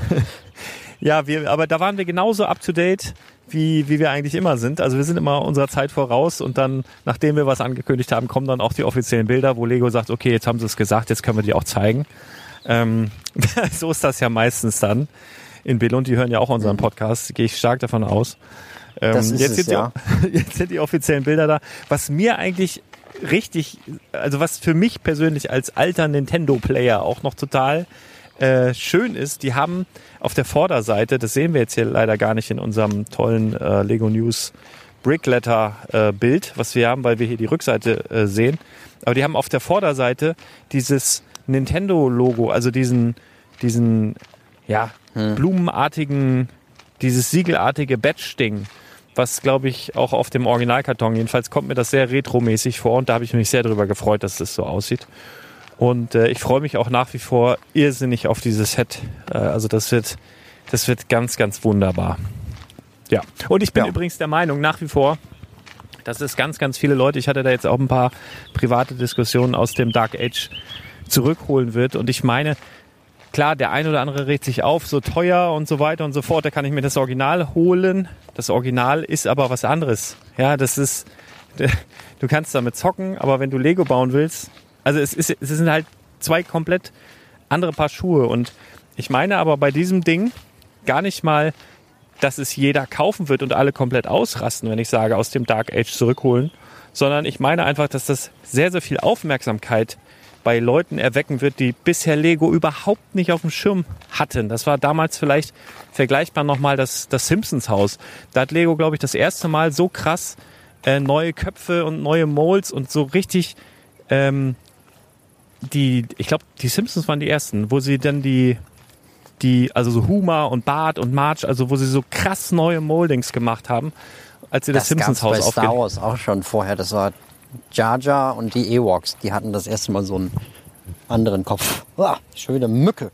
ja wir, aber da waren wir genauso up to date, wie, wie wir eigentlich immer sind. Also wir sind immer unserer Zeit voraus und dann, nachdem wir was angekündigt haben, kommen dann auch die offiziellen Bilder, wo Lego sagt, okay, jetzt haben sie es gesagt, jetzt können wir die auch zeigen. Ähm, so ist das ja meistens dann. In Billund, die hören ja auch unseren Podcast, gehe ich stark davon aus. Ähm, Das ist jetzt, es, sind ja. die, jetzt sind die offiziellen Bilder da. Was mir eigentlich richtig, also was für mich persönlich als alter Nintendo-Player auch noch total äh, schön ist, die haben auf der Vorderseite, das sehen wir jetzt hier leider gar nicht in unserem tollen äh, Lego News Brickletter äh, Bild, was wir haben, weil wir hier die Rückseite äh, sehen. Aber die haben auf der Vorderseite dieses Nintendo-Logo, also diesen, diesen, ja, blumenartigen, dieses siegelartige Badge-Ding, was, glaube ich, auch auf dem Originalkarton, jedenfalls kommt mir das sehr retromäßig vor und da habe ich mich sehr darüber gefreut, dass das so aussieht. Und äh, ich freue mich auch nach wie vor irrsinnig auf dieses Set. Äh, also das wird, das wird ganz, ganz wunderbar. Ja, und ich bin Ja. übrigens der Meinung, nach wie vor, dass es ganz, ganz viele Leute, ich hatte da jetzt auch ein paar private Diskussionen aus dem Dark Age zurückholen wird. Und ich meine, klar, der ein oder andere regt sich auf, so teuer und so weiter und so fort, da kann ich mir das Original holen. Das Original ist aber was anderes. Ja, das ist, du kannst damit zocken, aber wenn du Lego bauen willst, also es, ist, es sind halt zwei komplett andere Paar Schuhe. Und ich meine aber bei diesem Ding gar nicht mal, dass es jeder kaufen wird und alle komplett ausrasten, wenn ich sage, aus dem Dark Age zurückholen, sondern ich meine einfach, dass das sehr, sehr viel Aufmerksamkeit bei Leuten erwecken wird, die bisher Lego überhaupt nicht auf dem Schirm hatten. Das war damals vielleicht vergleichbar nochmal das, das Simpsons-Haus. Da hat Lego, glaube ich, das erste Mal so krass äh, neue Köpfe und neue Molds und so richtig ähm, die, ich glaube, die Simpsons waren die ersten, wo sie dann die die, also so Homer und Bart und Marge, also wo sie so krass neue Moldings gemacht haben, als sie das, Das gab's Simpsons-Haus bei Star aufgelegt Wars auch schon vorher. Das war Jar Jar und die Ewoks. Die hatten das erste Mal so einen anderen Kopf. Ah, schon wieder Mücke.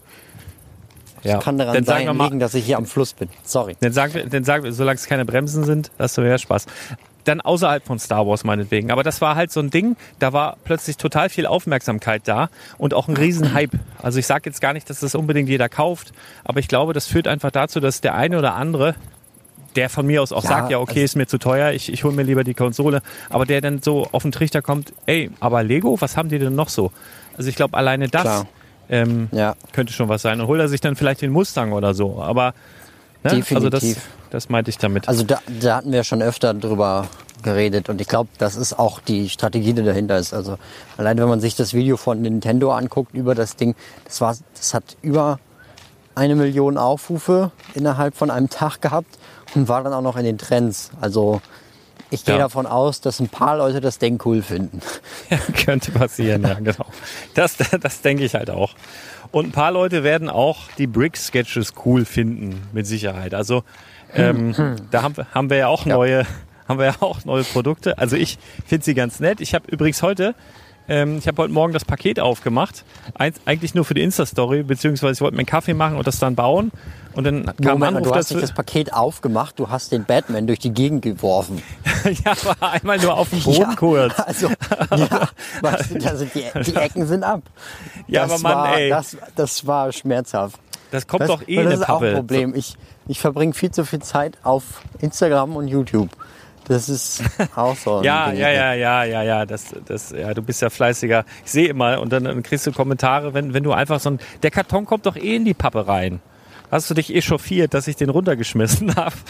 Ja. Kann daran Dann sagen wir sein, mal- liegen, dass ich hier am Fluss bin. Sorry. Dann sagen wir, dann sagen wir, solange es keine Bremsen sind, hast du mehr Spaß. Dann außerhalb von Star Wars meinetwegen. Aber das war halt so ein Ding, da war plötzlich total viel Aufmerksamkeit da und auch ein Riesenhype. Also ich sage jetzt gar nicht, dass das unbedingt jeder kauft, aber ich glaube, das führt einfach dazu, dass der eine oder andere, der von mir aus auch Ja, sagt, ja okay, also- ist mir zu teuer, ich, ich hole mir lieber die Konsole, aber der dann so auf den Trichter kommt, ey, aber Lego, was haben die denn noch so? Also ich glaube, alleine das Klar. ähm, Ja, könnte schon was sein. Und holt er sich dann vielleicht den Mustang oder so, aber ne? Also das, Definitiv. das meinte ich damit. also da, da hatten wir schon öfter drüber geredet und ich glaube, das ist auch die Strategie, die dahinter ist. Also allein wenn man sich das Video von Nintendo anguckt über das Ding, das war, das hat über eine Million Aufrufe innerhalb von einem Tag gehabt und war dann auch noch in den Trends. Also ich gehe Ja. davon aus, dass ein paar Leute das Ding cool finden. Ja, könnte passieren, ja, genau. Das, das denke ich halt auch. Und ein paar Leute werden auch die Brick-Sketches cool finden, mit Sicherheit. Also ähm, da haben, wir- haben wir ja auch Ja. neue, haben wir ja auch neue Produkte. Also ich finde sie ganz nett. Ich habe übrigens heute, ähm, ich habe heute Morgen das Paket aufgemacht. Eins, eigentlich nur für die Insta-Story, beziehungsweise ich wollte mir einen Kaffee machen und das dann bauen. Und dann kam ein Moment mal, Anruf du hast dazu. nicht das Paket aufgemacht, du hast den Batman durch die Gegend geworfen. Ja, aber einmal nur auf den Boden Ja, kurz. Also, ja, weißt du, da sind die, die Ecken sind ab. Ja, das aber Mann, war, ey. Das, das war schmerzhaft. Das kommt Weißt- doch eh das eine ist auch Pappe. ein Problem. Ich, ich verbringe viel zu viel Zeit auf Instagram und YouTube. Das ist auch so. ein Ja, Ding. ja, ja, ja, ja, ja, das, das, ja, du bist ja fleißiger. Ich sehe immer und dann, dann kriegst du Kommentare, wenn, wenn du einfach so ein, der Karton kommt doch eh in die Pappe rein. Hast du dich echauffiert, dass ich den runtergeschmissen habe?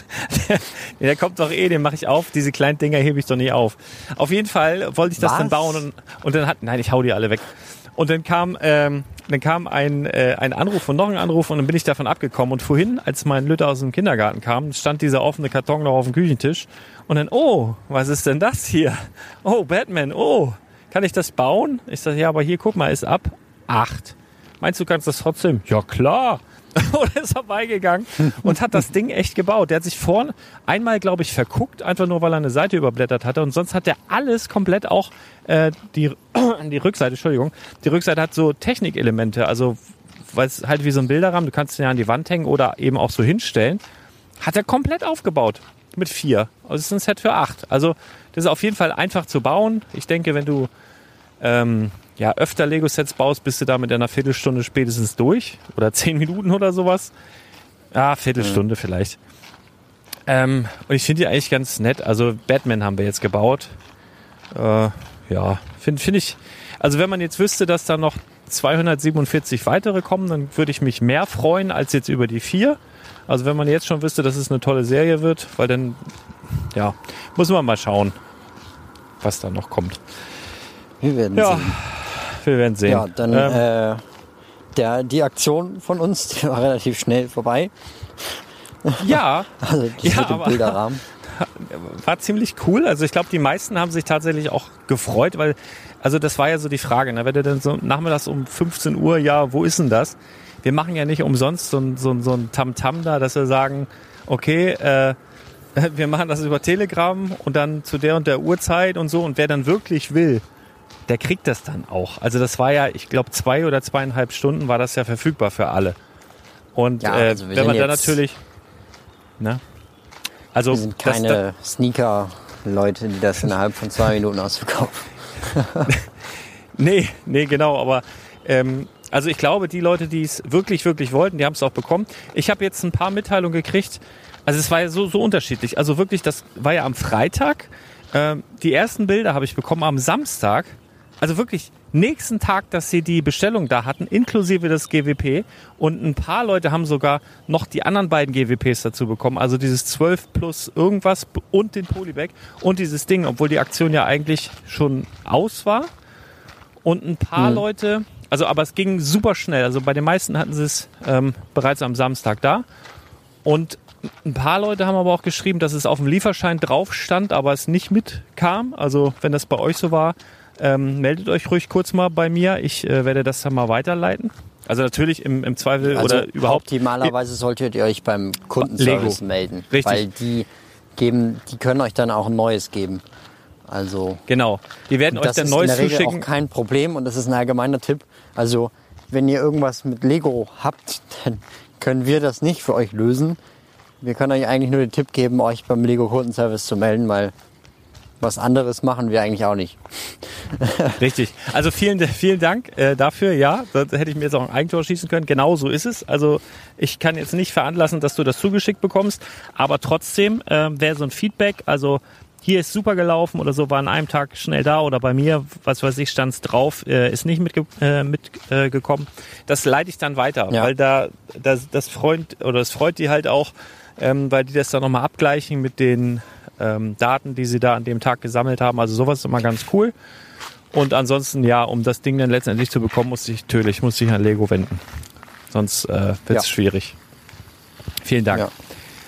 Der kommt doch eh, den mache ich auf. Diese kleinen Dinger hebe ich doch nicht auf. Auf jeden Fall wollte ich das Was? dann bauen und, und dann hat, nein, ich hau die alle weg. Und dann kam, ähm, dann kam ein, äh, ein Anruf und noch ein Anruf und dann bin ich davon abgekommen. Und vorhin, als mein Lütter aus dem Kindergarten kam, stand dieser offene Karton noch auf dem Küchentisch. Und dann, oh, was ist denn das hier? Oh, Batman, oh, kann ich das bauen? Ich sage, ja, aber hier, guck mal, ist ab acht. Meinst du, kannst das trotzdem? Ja, klar. Und ist vorbeigegangen und hat das Ding echt gebaut. Der hat sich vorne einmal, glaube ich, verguckt, einfach nur, weil er eine Seite überblättert hatte. Und sonst hat er alles komplett auch, äh, die, die Rückseite, Entschuldigung, die Rückseite hat so Technikelemente, also weil es halt wie so ein Bilderrahmen, du kannst ihn ja an die Wand hängen oder eben auch so hinstellen, hat er komplett aufgebaut mit vier. Also es ist ein Set für acht. Also das ist auf jeden Fall einfach zu bauen. Ich denke, wenn du ähm, ja, öfter Lego-Sets baust, bist du da mit einer Viertelstunde spätestens durch. Oder zehn Minuten oder sowas. Ja, Viertelstunde mhm. vielleicht. Ähm, und ich finde die eigentlich ganz nett. Also Batman haben wir jetzt gebaut. Äh, ja, finde find ich... Also wenn man jetzt wüsste, dass da noch zweihundertsiebenundvierzig weitere kommen, dann würde ich mich mehr freuen als jetzt über die vier. Also wenn man jetzt schon wüsste, dass es eine tolle Serie wird, weil dann, ja, muss man mal schauen, was da noch kommt. Wir werden ja. sehen. Wir werden sehen. Ja, dann ähm, äh, der, die Aktion von uns, die war relativ schnell vorbei. Ja, also das ja, mit dem aber Bilderrahmen. War ziemlich cool. Also ich glaube, die meisten haben sich tatsächlich auch gefreut, weil, also das war ja so die Frage, ne? Wenn du dann so nachmittags um fünfzehn Uhr, ja, wo ist denn das? Wir machen ja nicht umsonst so ein, so ein, so ein Tamtam da, dass wir sagen, okay, äh, wir machen das über Telegram und dann zu der und der Uhrzeit und so. Und wer dann wirklich will, der kriegt das dann auch. Also das war ja, ich glaube, zwei oder zweieinhalb Stunden war das ja verfügbar für alle. Und Ja, äh, also wir wenn man sind dann jetzt- natürlich... Ne? Also Wir sind das- keine Sneaker-Leute, die das innerhalb von zwei Minuten ausverkaufen. Nee, nee, genau, aber ähm, also ich glaube, die Leute, die es wirklich, wirklich wollten, die haben es auch bekommen. Ich habe jetzt ein paar Mitteilungen gekriegt. Also es war ja so, so unterschiedlich. Also wirklich, das war ja am Freitag. Ähm, die ersten Bilder habe ich bekommen am Samstag. Also wirklich nächsten Tag, dass sie die Bestellung da hatten, inklusive des G W P. Und ein paar Leute haben sogar noch die anderen beiden G W Ps dazu bekommen. Also dieses zwölf plus irgendwas und den Polybag und dieses Ding, obwohl die Aktion ja eigentlich schon aus war. Und ein paar Mhm. Leute, also aber es ging super schnell. Also bei den meisten hatten sie es ähm, bereits am Samstag da. Und ein paar Leute haben aber auch geschrieben, dass es auf dem Lieferschein drauf stand, aber es nicht mitkam. Also wenn das bei euch so war, ähm, meldet euch ruhig kurz mal bei mir. Ich äh, werde das dann mal weiterleiten. Also natürlich im, im Zweifel Also oder überhaupt. optimalerweise solltet ihr euch beim Kundenservice Lego. melden. Richtig. Weil die geben, die können euch dann auch ein neues geben. Also Genau. Die werden euch das dann ist Neues in der Regel zuschicken. auch kein Problem und das ist ein allgemeiner Tipp. Also wenn ihr irgendwas mit Lego habt, dann können wir das nicht für euch lösen. Wir können euch eigentlich nur den Tipp geben, euch beim Lego Kundenservice zu melden, weil was anderes machen wir eigentlich auch nicht. Richtig. Also vielen, vielen Dank äh, dafür. Ja, da hätte ich mir jetzt auch ein Eigentor schießen können. Genau so ist es. Also ich kann jetzt nicht veranlassen, dass du das zugeschickt bekommst. Aber trotzdem äh, wäre so ein Feedback, also hier ist super gelaufen oder so, war an einem Tag schnell da oder bei mir, was weiß ich, stand's drauf, äh, ist nicht mitgekommen. Äh, mit, äh, gekommen. Das leite ich dann weiter, Ja. weil da das, das freut oder das freut die halt auch, ähm, weil die das dann nochmal abgleichen mit den ähm, Daten, die sie da an dem Tag gesammelt haben. Also sowas ist immer ganz cool. Und ansonsten, ja, um das Ding dann letztendlich zu bekommen, musste ich natürlich musste ich an Lego wenden. Sonst äh, wird es Ja. schwierig. Vielen Dank. Ja.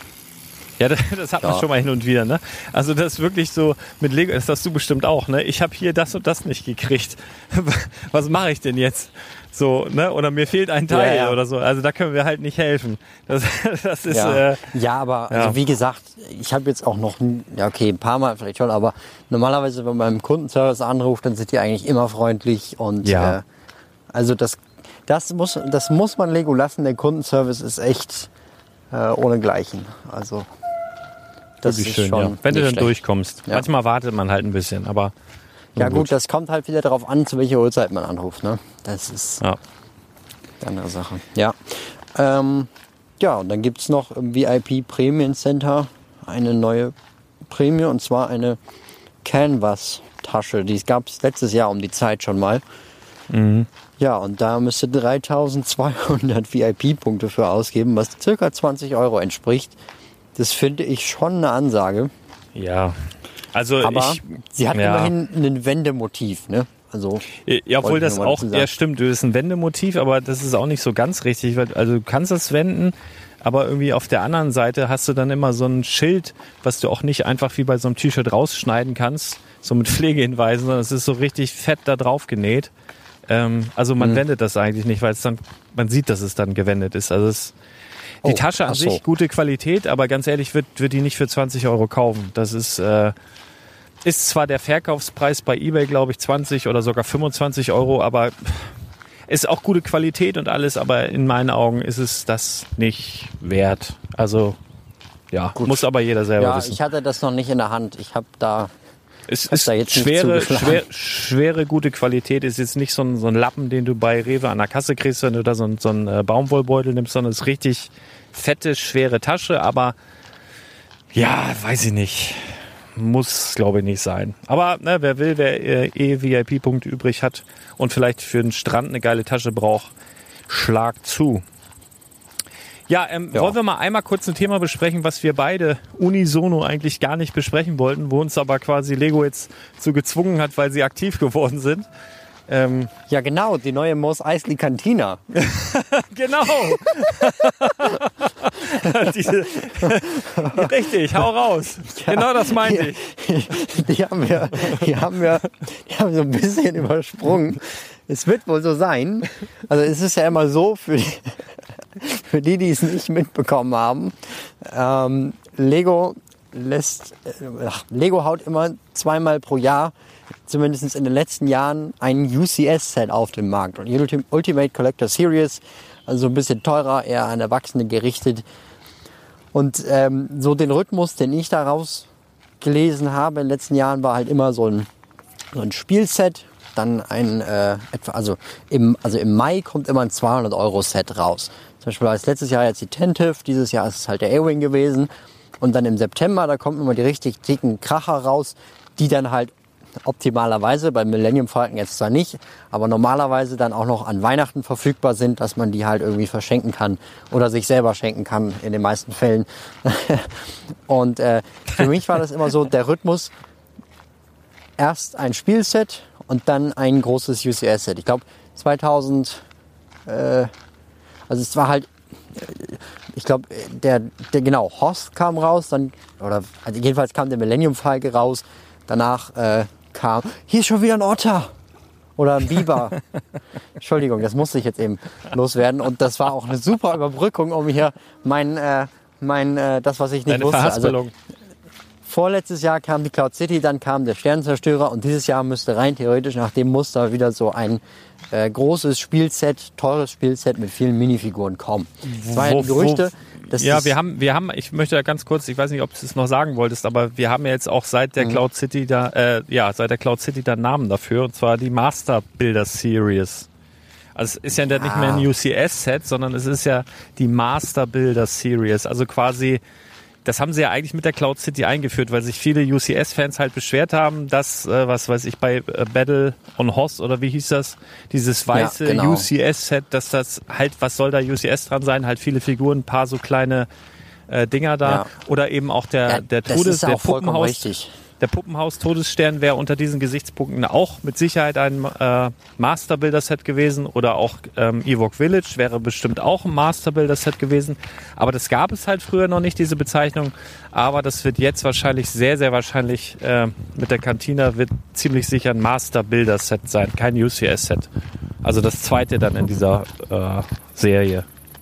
Ja, das, das hat man Ja. schon mal hin und wieder, ne? Also das ist wirklich so, mit Lego, das hast du bestimmt auch, ne? Ich habe hier das und das nicht gekriegt. Was mache ich denn jetzt? So, ne? Oder mir fehlt ein Teil Ja, ja. oder so. Also da können wir halt nicht helfen. Das, das ist, Ja, äh, ja aber ja. Also wie gesagt, ich habe jetzt auch noch, n- ja okay, ein paar Mal vielleicht schon, aber normalerweise, wenn man beim Kundenservice anruft, dann sind die eigentlich immer freundlich und Ja. äh, also das, das muss, das muss man Lego lassen. Der Kundenservice ist echt äh, ohnegleichen. Also das wirklich ist schön, schon ja. Wenn du nicht dann schlecht. durchkommst. Ja. Manchmal wartet man halt ein bisschen, aber nun Ja gut, das kommt halt wieder darauf an, zu welcher Uhrzeit man anruft. Ne? Das ist Ja. eine andere Sache. Ja, ähm, ja und dann gibt es noch im V I P Premium Center eine neue Prämie und zwar eine Canvas-Tasche. Die gab es letztes Jahr um die Zeit schon mal. Mhm. Ja, und da müsst ihr dreitausendzweihundert V I P-Punkte für ausgeben, was circa zwanzig Euro entspricht. Das finde ich schon eine Ansage. Ja, also Aber ich, sie hat ja. immerhin ein Wendemotiv, ne? Also, ja, obwohl wollte ich das nur mal auch, dazu sagen. ja stimmt, das ist ein Wendemotiv, aber das ist auch nicht so ganz richtig, weil, also du kannst das wenden, aber irgendwie auf der anderen Seite hast du dann immer so ein Schild, was du auch nicht einfach wie bei so einem T-Shirt rausschneiden kannst, so mit Pflegehinweisen, sondern es ist so richtig fett da drauf genäht. Ähm, also man Mhm. wendet das eigentlich nicht, weil es dann, man sieht, dass es dann gewendet ist. Also es, die Oh, Tasche an ach so. sich, gute Qualität, aber ganz ehrlich, wird, wird die nicht für zwanzig Euro kaufen. Das ist, äh, ist zwar der Verkaufspreis bei eBay, glaube ich, zwanzig oder sogar fünfundzwanzig Euro, aber ist auch gute Qualität und alles, aber in meinen Augen ist es das nicht wert. Also, ja, Gut. muss aber jeder selber ja, wissen. ich hatte das noch nicht in der Hand. Ich habe da Es hab ist da jetzt nicht schwere, zugeschlagen. schwer, schwere, gute Qualität. Ist jetzt nicht so ein, so ein Lappen, den du bei Rewe an der Kasse kriegst, wenn du da so ein, so ein äh, Baumwollbeutel nimmst, sondern es ist richtig fette, schwere Tasche. Aber ja, weiß ich nicht. Muss, glaube ich, nicht sein. Aber ne, wer will, wer äh, eh V I P-Punkte übrig hat und vielleicht für den Strand eine geile Tasche braucht, schlag zu. Ja, ähm, Ja. wollen wir mal einmal kurz ein Thema besprechen, was wir beide unisono eigentlich gar nicht besprechen wollten, wo uns aber quasi Lego jetzt zu gezwungen hat, weil sie aktiv geworden sind. Ähm, Ja, genau, die neue Mos Eisley Cantina. genau. Diese, richtig, hau raus. Genau das meinte ich. Die haben wir, die haben wir, die haben so ein bisschen übersprungen. Es wird wohl so sein. Also es ist ja immer so, für die, für die, die es nicht mitbekommen haben, ähm, Lego lässt, äh, ach, Lego haut immer zweimal pro Jahr, zumindest in den letzten Jahren, ein U C S-Set auf den Markt. Und die Ultim- Ultimate Collector Series, also ein bisschen teurer, eher an Erwachsene gerichtet. Und ähm, so den Rhythmus, den ich daraus gelesen habe in den letzten Jahren, war halt immer so ein, so ein Spielset, dann ein, äh, etwa, also im, also im Mai kommt immer ein zweihundert Euro Set raus. Zum Beispiel war es letztes Jahr jetzt die Tentive, dieses Jahr ist es halt der A-Wing gewesen. Und dann im September, da kommen immer die richtig dicken Kracher raus, die dann halt optimalerweise, bei Millennium Falcon jetzt zwar nicht, aber normalerweise dann auch noch an Weihnachten verfügbar sind, dass man die halt irgendwie verschenken kann oder sich selber schenken kann in den meisten Fällen. Und äh, für mich war das immer so der Rhythmus, erst ein Spielset und dann ein großes U C S-Set. Ich glaube zweitausend, äh, also es war halt, ich glaube, der, der, genau, Hoth kam raus, dann, oder also jedenfalls kam der Millennium Falcon raus, danach äh, kam, hier ist schon wieder ein Otter oder ein Biber. Entschuldigung, das musste ich jetzt eben loswerden und das war auch eine super Überbrückung, um hier mein, äh, mein äh, das, was ich nicht Deine wusste. Also, Verhaspelung. vorletztes Jahr kam die Cloud City, dann kam der Sternenzerstörer und dieses Jahr müsste rein theoretisch nach dem Muster wieder so ein äh, großes Spielset, teures Spielset mit vielen Minifiguren kommen. Das waren Wo- Gerüchte. wo- Das ja, ist, wir haben, wir haben, ich möchte da ganz kurz, ich weiß nicht, ob du es noch sagen wolltest, aber wir haben ja jetzt auch seit der Mhm. Cloud City da, äh, ja, seit der Cloud City da einen Namen dafür, und zwar die Master Builder Series. Also es ist ja dann nicht mehr ein U C S-Set, sondern es ist ja die Master Builder Series. Also quasi, das haben sie ja eigentlich mit der Cloud City eingeführt, weil sich viele U C S-Fans halt beschwert haben, dass, äh, was weiß ich, bei äh, Battle on Hoth oder wie hieß das, dieses weiße Ja, genau. U C S-Set, dass das halt, was soll da U C S dran sein? Halt viele Figuren, ein paar so kleine äh, Dinger da. Ja. Oder eben auch der, ja, der das Todes, ist der auch vollkommen Puppenhaus. richtig. Der Puppenhaus-Todesstern wäre unter diesen Gesichtspunkten auch mit Sicherheit ein äh, Master-Builder-Set gewesen. Oder auch ähm, Ewok Village wäre bestimmt auch ein Master-Builder-Set gewesen. Aber das gab es halt früher noch nicht, diese Bezeichnung. Aber das wird jetzt wahrscheinlich, sehr, sehr wahrscheinlich äh, mit der Cantina wird ziemlich sicher ein Master-Builder-Set sein, kein U C S-Set. Also das zweite dann in dieser äh, Serie.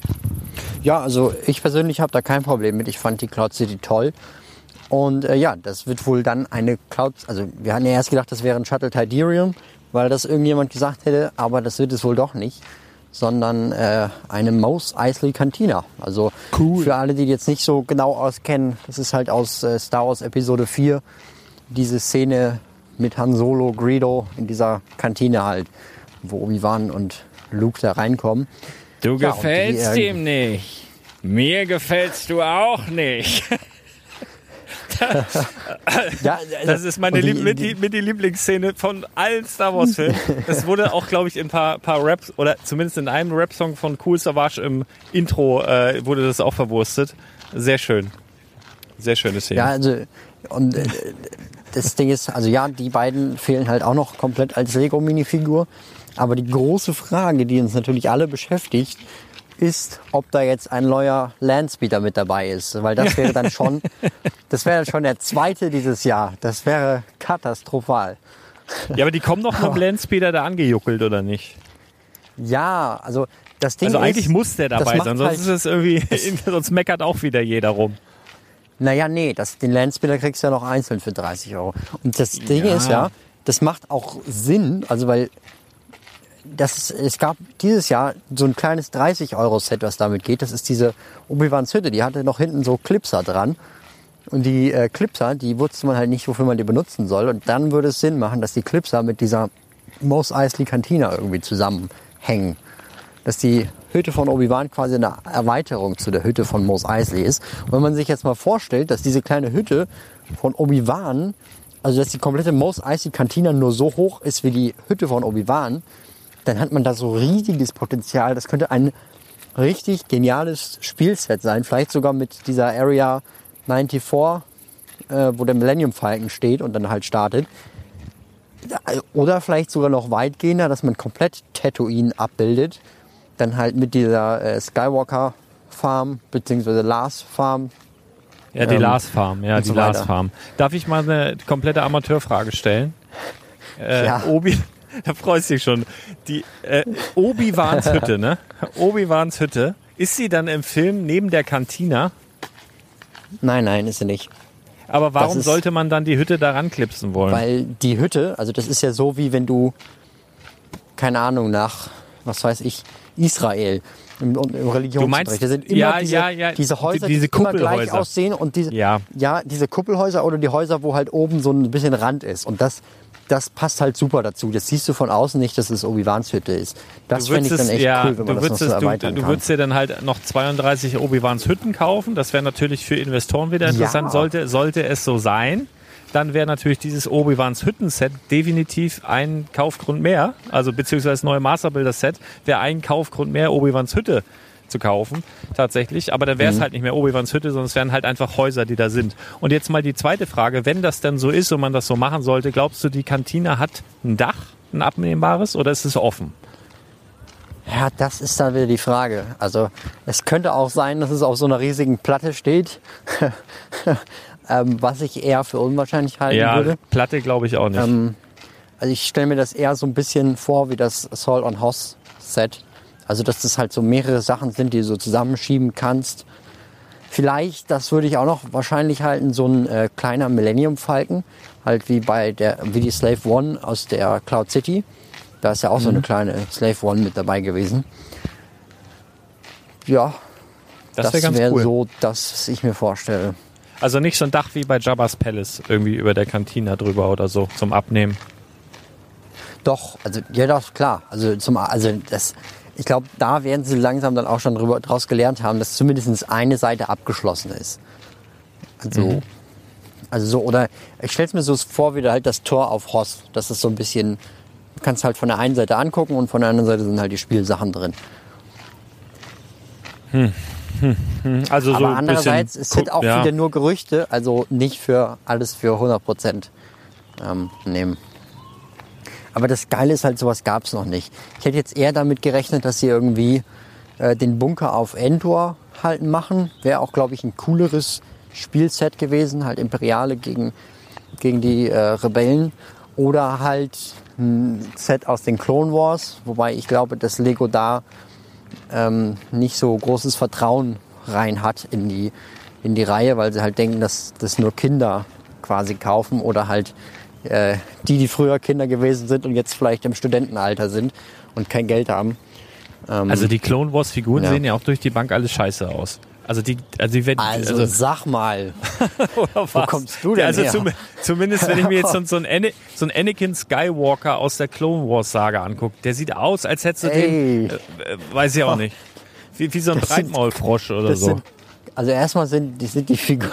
Ja, also ich persönlich habe da kein Problem mit. Ich fand die Cloud City toll. Und äh, ja, das wird wohl dann eine Cloud, also wir hatten ja erst gedacht, das wäre ein Shuttle Tiderium, weil das irgendjemand gesagt hätte, aber das wird es wohl doch nicht, sondern äh, eine Mos Eisley Cantina. Also Cool. für alle, die jetzt nicht so genau auskennen, das ist halt aus äh, Star Wars Episode vier, diese Szene mit Han Solo, Greedo in dieser Kantine halt, wo Obi-Wan und Luke da reinkommen. Du Ja, und gefällst die, äh, ihm nicht. Mir gefällst du auch nicht. Ja, also, Das ist meine und die- Lieb mit, die, mit die Lieblingsszene von allen Star Wars Filmen. Das wurde auch, glaube ich, in ein paar, paar Raps oder zumindest in einem Rap-Song von Cool Savage im Intro äh, wurde das auch verwurstet. Sehr schön. Sehr schöne Szene. Ja, also und äh, das Ding ist, also ja, die beiden fehlen halt auch noch komplett als Lego-Minifigur. Aber die große Frage, die uns natürlich alle beschäftigt, ist, ob da jetzt ein neuer Landspeeder mit dabei ist. Weil das wäre dann schon, das wäre dann schon der zweite dieses Jahr. Das wäre katastrophal. Ja, aber die kommen doch mit dem Landspeeder da angejuckelt, oder nicht? Ja, also das Ding Also ist... eigentlich muss der dabei sein, sonst halt, ist es irgendwie, sonst meckert auch wieder jeder rum. Naja, nee, das, den Landspeeder kriegst du ja noch einzeln für dreißig Euro. Und das Ding Ja. ist ja, das macht auch Sinn, also weil das ist, es gab dieses Jahr so ein kleines dreißig-Euro-Set, was damit geht. Das ist diese Obi-Wans Hütte, die hatte noch hinten so Clipser dran. Und die äh, Clipser, die wusste man halt nicht, wofür man die benutzen soll. Und dann würde es Sinn machen, dass die Clipser mit dieser Mos Eisley Cantina irgendwie zusammenhängen. Dass die Hütte von Obi-Wan quasi eine Erweiterung zu der Hütte von Mos Eisley ist. Und wenn man sich jetzt mal vorstellt, dass diese kleine Hütte von Obi-Wan, also dass die komplette Mos Eisley Cantina nur so hoch ist wie die Hütte von Obi-Wan, dann hat man da so riesiges Potenzial. Das könnte ein richtig geniales Spielset sein. Vielleicht sogar mit dieser Area vierundneunzig, äh, wo der Millennium Falcon steht und dann halt startet. Oder vielleicht sogar noch weitgehender, dass man komplett Tatooine abbildet. Dann halt mit dieser äh, Skywalker Farm, beziehungsweise Lars Farm. Ja, die Ähm, Lars Farm, ja, und die so Lars weiter. Farm. Darf ich mal eine komplette Amateurfrage stellen? Äh, Ja. Obi, da freust du dich schon. Die äh, Obi-Wans Hütte, ne? Obi-Wans Hütte. Ist sie dann im Film neben der Cantina? Nein, nein, ist sie nicht. Aber warum ist- sollte man dann die Hütte daran klipsen wollen? Weil die Hütte, also das ist ja so, wie wenn du, keine Ahnung, nach, was weiß ich, Israel im, im Religionsunterricht. Da sind immer ja, diese, ja, ja, diese Häuser, die- diese die immer gleich Kuppelhäuser. aussehen und diese, Ja. ja, diese Kuppelhäuser oder die Häuser, wo halt oben so ein bisschen Rand ist. Und das, das passt halt super dazu. Das siehst du von außen nicht, dass es Obi-Wans Hütte ist. Das Du fände ich würdest dann es- echt ja, cool, wenn man du das noch würdest so es- erweitern du, du kann. würdest dir dann halt noch zweiunddreißig Obi-Wans Hütten kaufen. Das wäre natürlich für Investoren wieder interessant. Ja. Sollte, sollte es so sein, dann wäre natürlich dieses Obi-Wans Hütten-Set definitiv ein Kaufgrund mehr. Also beziehungsweise das neue Master Builder-Set wäre ein Kaufgrund mehr, Obi-Wans Hütte zu kaufen, tatsächlich. Aber dann wäre es Mhm. halt nicht mehr Obi-Wans Hütte, sondern es wären halt einfach Häuser, die da sind. Und jetzt mal die zweite Frage. Wenn das denn so ist und man das so machen sollte, glaubst du, die Kantine hat ein Dach, ein abnehmbares, oder ist es offen? Ja, das ist dann wieder die Frage. Also es könnte auch sein, dass es auf so einer riesigen Platte steht, ähm, was ich eher für unwahrscheinlich halten Ja, würde. Platte glaube ich auch nicht. Ähm, also ich stelle mir das eher so ein bisschen vor wie das Assault on Hoth Set. Also dass das halt so mehrere Sachen sind, die du so zusammenschieben kannst. Vielleicht, das würde ich auch noch wahrscheinlich halten, so ein äh, kleiner Millennium Falcon, halt wie bei der, wie die Slave One aus der Cloud City. Da ist ja auch so eine kleine Slave One mit dabei gewesen. Ja, das das wäre ganz wäre cool. so das, was ich mir vorstelle. Also nicht so ein Dach wie bei Jabba's Palace, irgendwie über der Cantina drüber oder so, zum Abnehmen. Doch, also ja, doch, klar. Also zum, also das, ich glaube, da werden sie langsam dann auch schon drüber, draus gelernt haben, dass zumindest eine Seite abgeschlossen ist. Also, Mhm. also so, oder ich stelle es mir so vor, wie halt das Tor auf Hoth. Das ist so ein bisschen, du kannst halt von der einen Seite angucken und von der anderen Seite sind halt die Spielsachen drin. Also so Aber ein andererseits, bisschen es sind auch ja. wieder nur Gerüchte, also nicht für alles für hundert Prozent ähm, nehmen. Aber das Geile ist halt, sowas gab es noch nicht. Ich hätte jetzt eher damit gerechnet, dass sie irgendwie äh, den Bunker auf Endor halt machen. Wäre auch, glaube ich, ein cooleres Spielset gewesen, halt Imperiale gegen, gegen die äh, Rebellen. Oder halt ein Set aus den Clone Wars, wobei ich glaube, dass Lego da ähm, nicht so großes Vertrauen rein hat in die, in die Reihe, weil sie halt denken, dass das nur Kinder quasi kaufen oder halt äh, die, die früher Kinder gewesen sind und jetzt vielleicht im Studentenalter sind und kein Geld haben. Ähm, Also die Clone Wars Figuren Ja. sehen ja auch durch die Bank alles scheiße aus. Also die, also die werden, also, also, sag mal, oder wo was? kommst du denn ja, also her? Zum, zumindest wenn ich mir jetzt so, so, ein Ana, so ein Anakin Skywalker aus der Clone Wars Saga angucke, der sieht aus, als hättest du Ey. den, äh, äh, weiß ich auch nicht, wie, wie so ein Das sind- Breitmaulfrosch oder das so. sind, also erstmal sind, die, sind die Figuren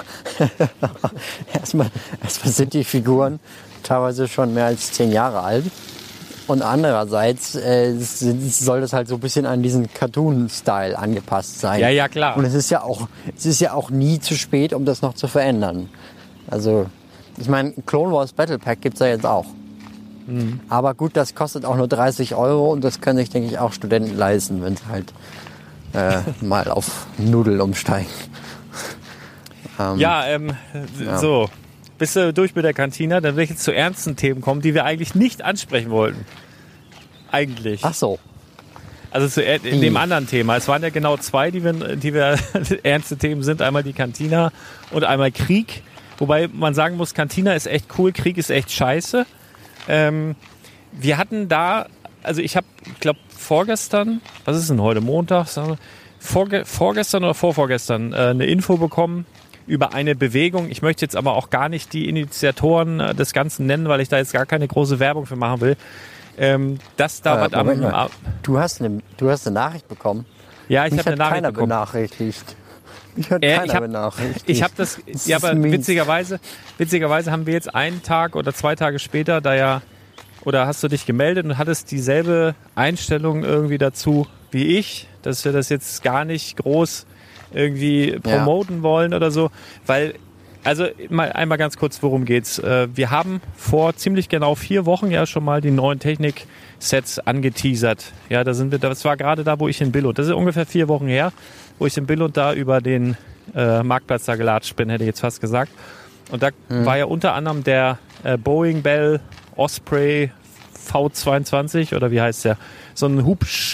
erstmal, erstmal sind die Figuren teilweise schon mehr als zehn Jahre alt. Und andererseits äh, soll das halt so ein bisschen an diesen Cartoon-Style angepasst sein. Ja, ja, klar. Und es ist ja auch, es ist ja auch nie zu spät, um das noch zu verändern. Also, ich meine, Clone Wars Battle Pack gibt's ja jetzt auch. Mhm. Aber gut, das kostet auch nur dreißig Euro und das können sich, denke ich, auch Studenten leisten, wenn sie halt äh, mal auf Nudel umsteigen. ähm, ja, ähm, ja, so. Bist du durch mit der Cantina? Dann will ich jetzt zu ernsten Themen kommen, die wir eigentlich nicht ansprechen wollten. Eigentlich. Ach so. Also zu er- in dem anderen Thema. Es waren ja genau zwei, die wir, die wir ernste Themen sind. Einmal die Cantina und einmal Krieg. Wobei man sagen muss, Cantina ist echt cool, Krieg ist echt scheiße. Ähm, wir hatten da, also ich habe, ich glaube vorgestern, was ist denn heute, Montag? Vorge- vorgestern oder vorvorgestern äh, eine Info bekommen über eine Bewegung. Ich möchte jetzt aber auch gar nicht die Initiatoren äh, des Ganzen nennen, weil ich da jetzt gar keine große Werbung für machen will. Ähm, dass da äh, was am, Moment mal. am Du hast eine, du hast eine Nachricht bekommen. Ja, ich Mich habe eine hat Nachricht keiner bekommen. benachrichtigt. Mich hat Äh, keiner ich hab- benachrichtigt. Ich habe das, Das ja, ist aber mies. witzigerweise, witzigerweise haben wir jetzt einen Tag oder zwei Tage später da ja, oder hast du dich gemeldet und hattest dieselbe Einstellung irgendwie dazu wie ich, dass wir das jetzt gar nicht groß irgendwie promoten wollen oder so, weil, also mal einmal ganz kurz, worum geht's? Äh, Wir haben vor ziemlich genau vier Wochen ja schon mal die neuen Technik-Sets angeteasert. Ja, da sind wir, das war gerade da, wo ich in Billund, das ist ungefähr vier Wochen her, wo ich in Billund da über den äh, Marktplatz da gelatscht bin, hätte ich jetzt fast gesagt. Und da mhm. war ja unter anderem der äh, Boeing Bell Osprey V zweiundzwanzig oder wie heißt der? So ein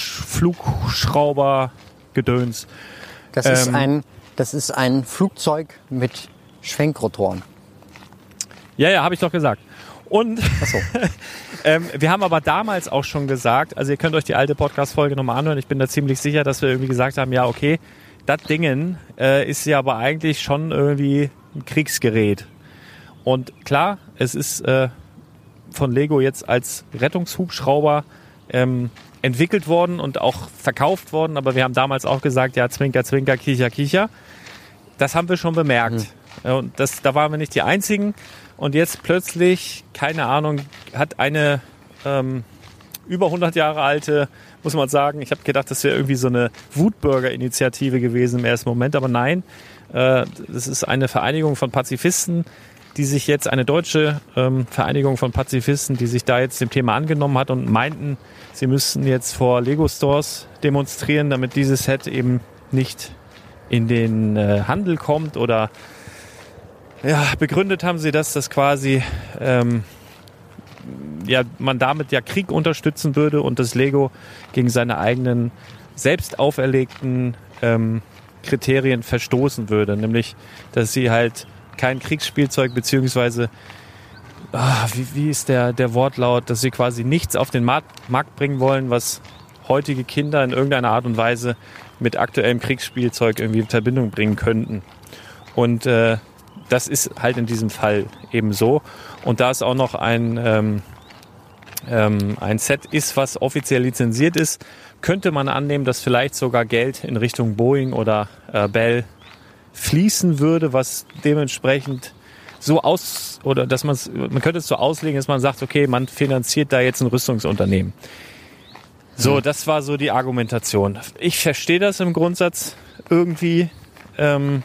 Hubflugschrauber-Gedöns. Das ist Ähm, ein, das ist ein Flugzeug mit Schwenkrotoren. Ja, ja, habe ich doch gesagt. Und Ach so. ähm, wir haben aber damals auch schon gesagt, also ihr könnt euch die alte Podcast-Folge nochmal anhören, ich bin da ziemlich sicher, dass wir irgendwie gesagt haben, ja okay, das Dingen äh, ist ja aber eigentlich schon irgendwie ein Kriegsgerät. Und klar, es ist äh, von Lego jetzt als Rettungshubschrauber ähm, entwickelt worden und auch verkauft worden, aber wir haben damals auch gesagt, ja, Zwinker, Zwinker, Kicher, Kicher. Das haben wir schon bemerkt. Mhm. Und das, da waren wir nicht die Einzigen. Und jetzt plötzlich, keine Ahnung, hat eine ähm, über hundert Jahre alte, muss man sagen, ich habe gedacht, das wäre irgendwie so eine Wutbürger-Initiative gewesen im ersten Moment, aber nein, äh, das ist eine Vereinigung von Pazifisten, die sich jetzt, eine deutsche ähm, Vereinigung von Pazifisten, die sich da jetzt dem Thema angenommen hat und meinten, sie müssten jetzt vor Lego-Stores demonstrieren, damit dieses Set eben nicht in den äh, Handel kommt oder ja, begründet haben sie das, dass quasi ähm, ja, man damit ja Krieg unterstützen würde und das Lego gegen seine eigenen selbst auferlegten ähm, Kriterien verstoßen würde, nämlich, dass sie halt kein Kriegsspielzeug beziehungsweise ah, wie, wie ist der, der Wortlaut, dass sie quasi nichts auf den Markt, Markt bringen wollen, was heutige Kinder in irgendeiner Art und Weise mit aktuellem Kriegsspielzeug irgendwie in Verbindung bringen könnten. Und äh, das ist halt in diesem Fall eben so. Und da es auch noch ein, ähm, ähm, ein Set ist, was offiziell lizenziert ist, könnte man annehmen, dass vielleicht sogar Geld in Richtung Boeing oder äh, Bell fließen würde, was dementsprechend so aus, oder dass man es, man könnte es so auslegen, dass man sagt, okay, man finanziert da jetzt ein Rüstungsunternehmen. So, das war so die Argumentation. Ich verstehe das im Grundsatz irgendwie. Ähm,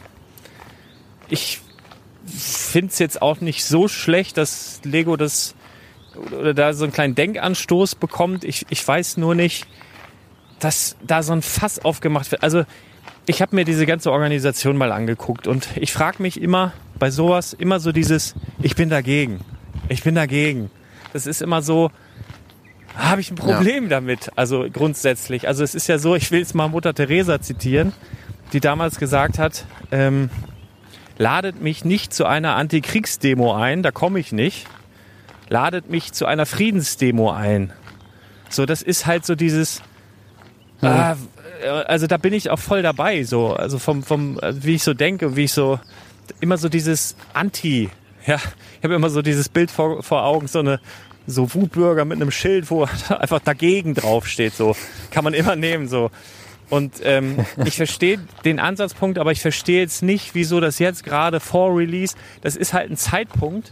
ich finde es jetzt auch nicht so schlecht, dass Lego das oder da so einen kleinen Denkanstoß bekommt. Ich, ich weiß nur nicht, dass da so ein Fass aufgemacht wird. Also ich habe mir diese ganze Organisation mal angeguckt und ich frage mich immer bei sowas, immer so dieses, ich bin dagegen. Ich bin dagegen. Das ist immer so, habe ich ein Problem ja. damit, also grundsätzlich. Also es ist ja so, ich will jetzt mal Mutter Teresa zitieren, die damals gesagt hat, ähm, ladet mich nicht zu einer Antikriegsdemo ein, da komme ich nicht. Ladet mich zu einer Friedensdemo ein. So, das ist halt so dieses, hm. ah, also da bin ich auch voll dabei, so, also vom, vom, wie ich so denke, wie ich so, immer so dieses Anti, ja, ich habe immer so dieses Bild vor, vor Augen, so eine, so Wutbürger mit einem Schild, wo einfach dagegen draufsteht, so, kann man immer nehmen, so. Und ähm, ich verstehe den Ansatzpunkt, aber ich verstehe jetzt nicht, wieso das jetzt gerade vor Release, das ist halt ein Zeitpunkt,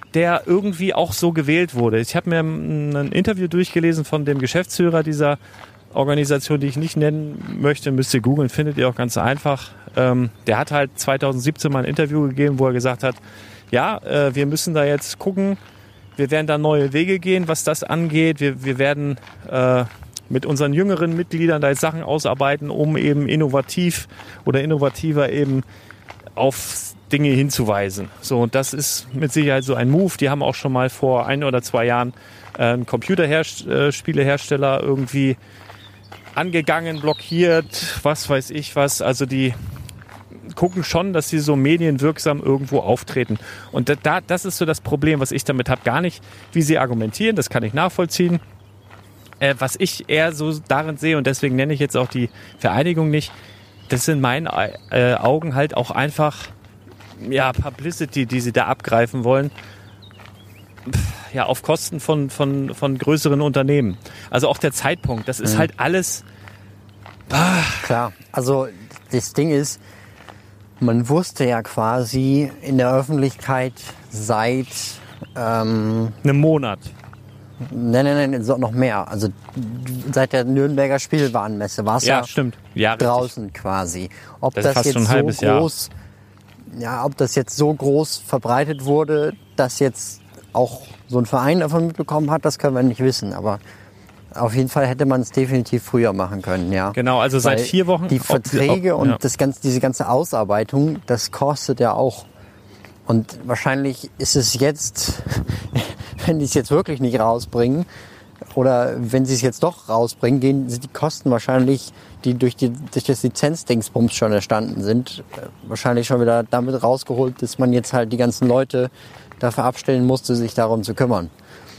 der irgendwie auch so gewählt wurde. Ich habe mir ein Interview durchgelesen von dem Geschäftsführer dieser Organisation, die ich nicht nennen möchte, müsst ihr googeln, findet ihr auch ganz einfach. Ähm, der hat halt zwanzig siebzehn mal ein Interview gegeben, wo er gesagt hat, ja, äh, wir müssen da jetzt gucken, wir werden da neue Wege gehen, was das angeht. Wir, wir werden äh, mit unseren jüngeren Mitgliedern da jetzt Sachen ausarbeiten, um eben innovativ oder innovativer eben auf Dinge hinzuweisen. So, und das ist mit Sicherheit so ein Move. Die haben auch schon mal vor ein oder zwei Jahren äh, einen Computerspielehersteller irgendwie angegangen, blockiert, was weiß ich was. Also die gucken schon, dass sie so medienwirksam irgendwo auftreten. Und da, das ist so das Problem, was ich damit habe. Gar nicht, wie sie argumentieren, das kann ich nachvollziehen. Äh, was ich eher so darin sehe, und deswegen nenne ich jetzt auch die Vereinigung nicht, das sind in meinen äh, Augen halt auch einfach ja, Publicity, die sie da abgreifen wollen. Pff, ja, auf Kosten von, von, von größeren Unternehmen. Also auch der Zeitpunkt, das ist mhm. halt alles... Ah. Klar, also das Ding ist, man wusste ja quasi in der Öffentlichkeit seit... Ähm, einem Monat. Nein, nein, nein, so noch mehr. Also seit der Nürnberger Spielwarenmesse war es ja, ja stimmt. Ja, draußen richtig. quasi. Ob das, das, das jetzt so groß, Jahr. ja, ob das jetzt so groß verbreitet wurde, dass jetzt auch so ein Verein davon mitbekommen hat, das können wir nicht wissen. Aber auf jeden Fall hätte man es definitiv früher machen können, ja. Genau, also seit Weil vier Wochen. Die Verträge ob, ob, ja. und das ganze, diese ganze Ausarbeitung, das kostet ja auch. Und wahrscheinlich ist es jetzt, wenn die es jetzt wirklich nicht rausbringen, oder wenn sie es jetzt doch rausbringen, gehen sind die Kosten wahrscheinlich, die durch, die durch das Lizenzdingsbums schon entstanden sind, wahrscheinlich schon wieder damit rausgeholt, dass man jetzt halt die ganzen Leute dafür abstellen musste, sich darum zu kümmern.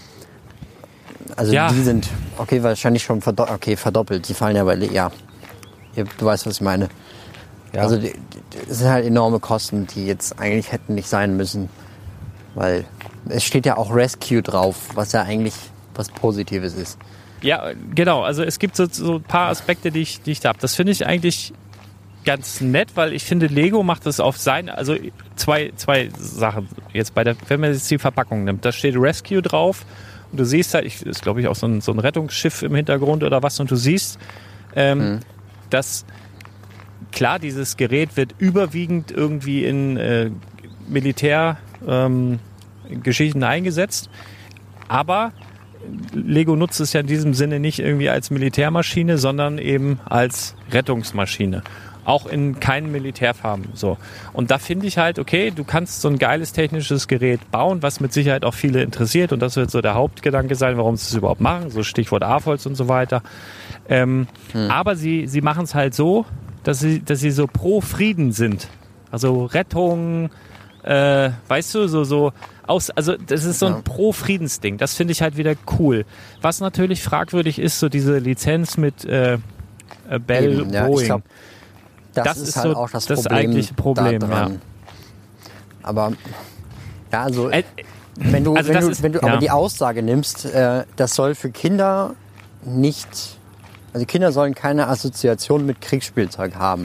Also ja. die sind, okay, wahrscheinlich schon verdo- okay, verdoppelt. Die fallen ja bei, ja, du weißt, was ich meine. Ja. Also es sind halt enorme Kosten, die jetzt eigentlich hätten nicht sein müssen. Weil es steht ja auch Rescue drauf, was ja eigentlich was Positives ist. Ja, genau. Also es gibt so, so ein paar Aspekte, die ich, die ich da habe. Das finde ich eigentlich ganz nett, weil ich finde, Lego macht das auf sein, also zwei, zwei Sachen. Jetzt bei der, wenn man jetzt die Verpackung nimmt, da steht Rescue drauf und du siehst halt, ich, ist glaube ich auch so ein, so ein Rettungsschiff im Hintergrund oder was, und du siehst, ähm, hm. dass klar, dieses Gerät wird überwiegend irgendwie in äh, Militärgeschichten ähm, eingesetzt, aber Lego nutzt es ja in diesem Sinne nicht irgendwie als Militärmaschine, sondern eben als Rettungsmaschine. Auch in keinen Militärfarben. So. Und da finde ich halt, okay, du kannst so ein geiles technisches Gerät bauen, was mit Sicherheit auch viele interessiert, und das wird so der Hauptgedanke sein, warum sie es überhaupt machen, so Stichwort AFOLS und so weiter. Ähm, hm. Aber sie, sie machen es halt so, dass sie, dass sie so pro Frieden sind. Also Rettung, äh, weißt du, so, so aus, also das ist so ein ja. Pro-Friedensding. Das finde ich halt wieder cool. Was natürlich fragwürdig ist, so diese Lizenz mit äh, Bell, Eben, ja, Boeing. Ich glaub, das, das ist, ist halt so auch das, das Problem eigentliche Problem. Ja. Aber ja, also äh, wenn du, also wenn du, ist, wenn du ja. aber die Aussage nimmst, äh, das soll für Kinder nicht, also Kinder sollen keine Assoziation mit Kriegsspielzeug haben.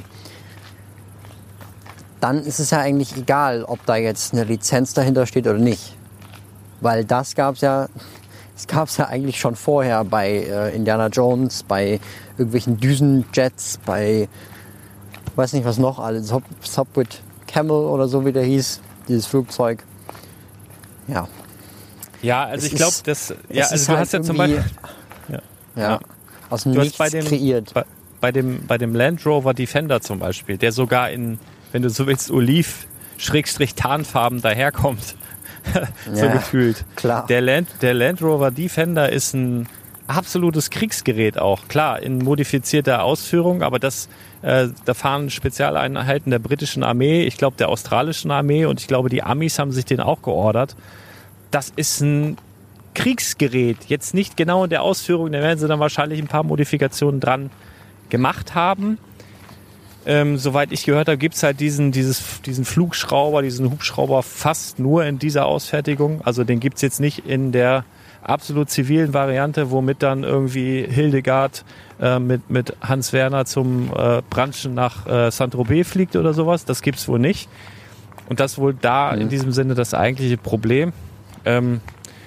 Dann ist es ja eigentlich egal, ob da jetzt eine Lizenz dahinter steht oder nicht. Weil das gab es ja, das gab es ja eigentlich schon vorher bei äh, Indiana Jones, bei irgendwelchen Düsenjets, bei, weiß nicht was noch, alles, Sopwith Camel oder so wie der hieß, dieses Flugzeug. Ja. Ja, also es ich glaube, das, ja, also du halt hast ja zum Beispiel, ja, ja, ja. aus dem Nichts bei dem, kreiert. Bei, bei dem, bei dem Land Rover Defender zum Beispiel, der sogar in, wenn du so willst, Oliv-Tarnfarben daherkommt. so ja, gefühlt. Klar. Der Land, der Land Rover Defender ist ein absolutes Kriegsgerät auch. Klar, in modifizierter Ausführung, aber das, äh, da fahren Spezialeinheiten der britischen Armee, ich glaube der australischen Armee, und ich glaube die Amis haben sich den auch geordert. Das ist ein Kriegsgerät. Jetzt nicht genau in der Ausführung, da werden sie dann wahrscheinlich ein paar Modifikationen dran gemacht haben. Ähm, soweit ich gehört habe, gibt es halt diesen, dieses, diesen Flugschrauber, diesen Hubschrauber fast nur in dieser Ausfertigung. Also den gibt es jetzt nicht in der absolut zivilen Variante, womit dann irgendwie Hildegard äh, mit, mit Hans Werner zum äh, Brunchen nach äh, Saint-Tropez fliegt oder sowas. Das gibt es wohl nicht. Und das ist wohl da mhm. in diesem Sinne das eigentliche Problem. Ähm,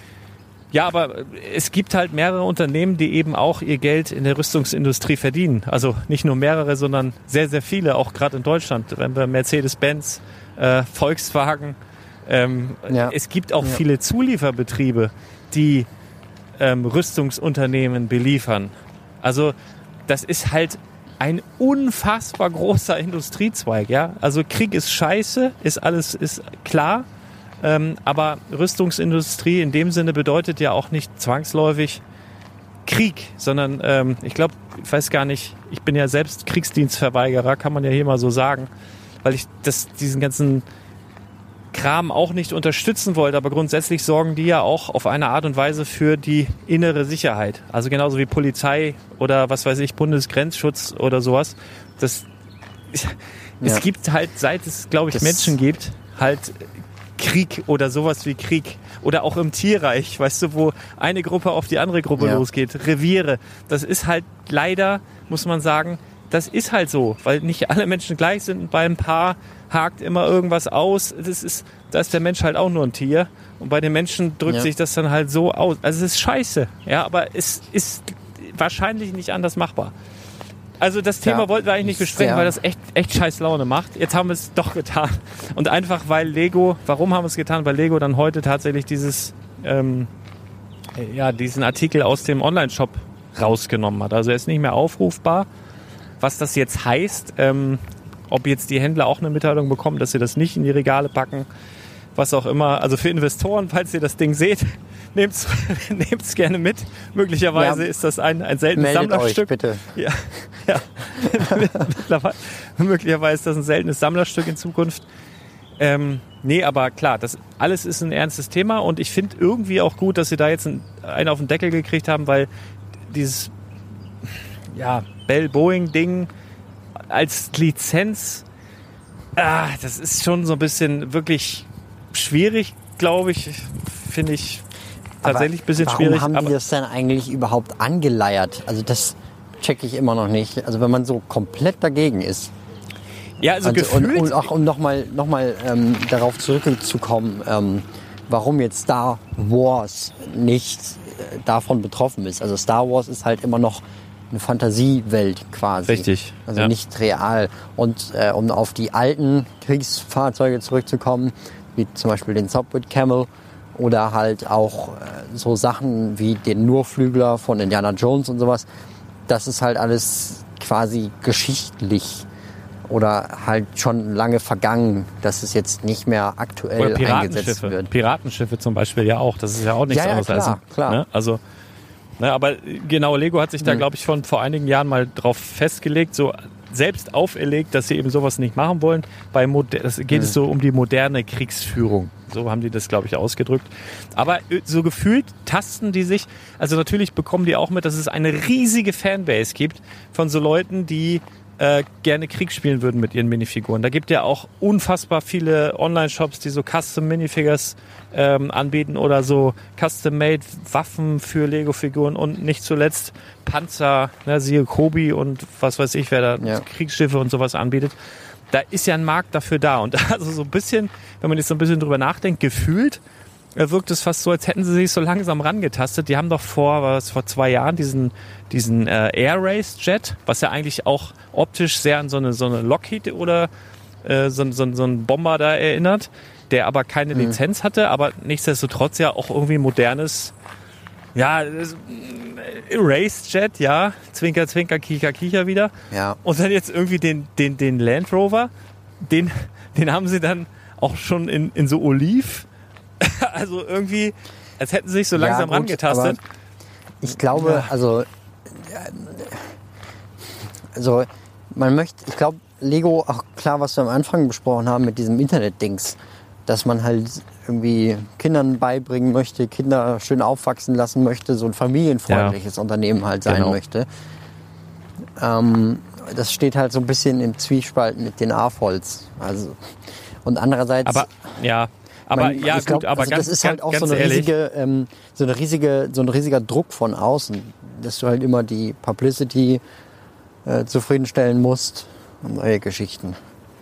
ja, aber es gibt halt mehrere Unternehmen, die eben auch ihr Geld in der Rüstungsindustrie verdienen. Also nicht nur mehrere, sondern sehr, sehr viele, auch gerade in Deutschland. Wenn wir Mercedes-Benz, äh, Volkswagen. Ähm, Ja. Es gibt auch Ja. viele Zulieferbetriebe, die ähm, Rüstungsunternehmen beliefern. Also das ist halt ein unfassbar großer Industriezweig. Ja? Also Krieg ist scheiße, ist alles ist klar. Ähm, aber Rüstungsindustrie in dem Sinne bedeutet ja auch nicht zwangsläufig Krieg, sondern ähm, ich glaube, ich weiß gar nicht, ich bin ja selbst Kriegsdienstverweigerer, kann man ja hier mal so sagen, weil ich das, diesen ganzen Kram auch nicht unterstützen wollte, aber grundsätzlich sorgen die ja auch auf eine Art und Weise für die innere Sicherheit. Also genauso wie Polizei oder was weiß ich, Bundesgrenzschutz oder sowas. Das, es Ja. gibt halt, seit es, glaube ich, Das- Menschen gibt, halt Krieg oder sowas wie Krieg. Oder auch im Tierreich, weißt du, wo eine Gruppe auf die andere Gruppe Ja. losgeht. Reviere. Das ist halt leider, muss man sagen, das ist halt so, weil nicht alle Menschen gleich sind und bei ein paar hakt immer irgendwas aus. Das ist, da ist der Mensch halt auch nur ein Tier. Und bei den Menschen drückt Ja. sich das dann halt so aus. Also es ist scheiße, ja, aber es ist wahrscheinlich nicht anders machbar. Also das Thema Ja, wollten wir eigentlich nicht besprechen, sehr. weil das echt, echt scheiß Laune macht. Jetzt haben wir es doch getan. Und einfach weil Lego, warum haben wir es getan? Weil Lego dann heute tatsächlich dieses, ähm, ja, diesen Artikel aus dem Online-Shop rausgenommen hat. Also er ist nicht mehr aufrufbar. Was das jetzt heißt, ähm, ob jetzt die Händler auch eine Mitteilung bekommen, dass sie das nicht in die Regale packen, was auch immer. Also für Investoren, falls ihr das Ding seht, nehmt's, nehmt's gerne mit. Möglicherweise Ja. ist das ein, ein seltenes Meldet euch, Sammlerstück. bitte. Ja, ja. Mittlerweile- möglicherweise ist das ein seltenes Sammlerstück in Zukunft. Ähm, nee, aber klar, das alles ist ein ernstes Thema und ich finde irgendwie auch gut, dass sie da jetzt einen, einen auf den Deckel gekriegt haben, weil dieses ja, Bell-Boeing-Ding als Lizenz, ah, das ist schon so ein bisschen wirklich schwierig, glaube ich, finde ich tatsächlich ein bisschen warum schwierig. haben die aber das denn eigentlich überhaupt angeleiert? Also das checke ich immer noch nicht. Also wenn man so komplett dagegen ist. ja, also, Also, und, gefühlt, und auch um nochmal noch mal, ähm, darauf zurückzukommen, ähm, warum jetzt Star Wars nicht äh, davon betroffen ist. Also Star Wars ist halt immer noch eine Fantasiewelt quasi. Richtig, Also ja. nicht real. Und äh, um auf die alten Kriegsfahrzeuge zurückzukommen, wie zum Beispiel den Sopwith Camel oder halt auch äh, so Sachen wie den Nurflügler von Indiana Jones und sowas, das ist halt alles quasi geschichtlich oder halt schon lange vergangen, dass es jetzt nicht mehr aktuell oder eingesetzt Piratenschiffe. wird. Piratenschiffe zum Beispiel ja auch. Das ist ja auch nichts Ja, ja, anderes klar, als klar. Ne? Also, ne, aber genau, Lego hat sich da, Mhm. glaube ich, von vor einigen Jahren mal drauf festgelegt, so selbst auferlegt, dass sie eben sowas nicht machen wollen. Bei Moder- das geht es so um die moderne Kriegsführung. So haben die das, glaube ich, ausgedrückt. Aber äh, so gefühlt tasten die sich, also natürlich bekommen die auch mit, dass es eine riesige Fanbase gibt von so Leuten, die äh, gerne Krieg spielen würden mit ihren Minifiguren. Da gibt ja auch unfassbar viele Online-Shops, die so Custom-Minifigures ähm, anbieten oder so Custom-Made Waffen für Lego-Figuren und nicht zuletzt Panzer, ne, siehe Kobi und was weiß ich, wer da Ja. Kriegsschiffe und sowas anbietet. Da ist ja ein Markt dafür da. Und also so ein bisschen, wenn man jetzt so ein bisschen drüber nachdenkt, gefühlt äh, wirkt es fast so, als hätten sie sich so langsam rangetastet. Die haben doch vor, was, vor zwei Jahren diesen, diesen äh, Air Race Jet, was ja eigentlich auch optisch sehr an so eine, so eine Lockheed oder äh, so, so, so einen Bomber da erinnert, der aber keine Mhm. Lizenz hatte, aber nichtsdestotrotz ja auch irgendwie modernes, ja, das- Race Jet, ja, Zwinker, Zwinker, Kicher, Kicher wieder. Ja. Und dann jetzt irgendwie den, den, den Land Rover, den, den haben sie dann auch schon in, in so Oliv. Also irgendwie, als hätten sie sich so langsam gut, rangetastet. aber Ich glaube, also, äh, also man möchte, ich glaube, Lego, auch klar, was wir am Anfang besprochen haben mit diesem Internet-Dings, dass man halt irgendwie Kindern beibringen möchte, Kinder schön aufwachsen lassen möchte, so ein familienfreundliches Unternehmen halt sein Genau. möchte. Ähm, das steht halt so ein bisschen im Zwiespalt mit den A-Folds. Also, und andererseits... Aber, ja, aber, Man- ja, ich glaub, gut, aber also ganz, das ist halt ganz, auch ganz so eine ehrlich, riesige, ähm, so eine riesige, so ein riesiger Druck von außen, dass du halt immer die Publicity äh, zufriedenstellen musst und neue Geschichten.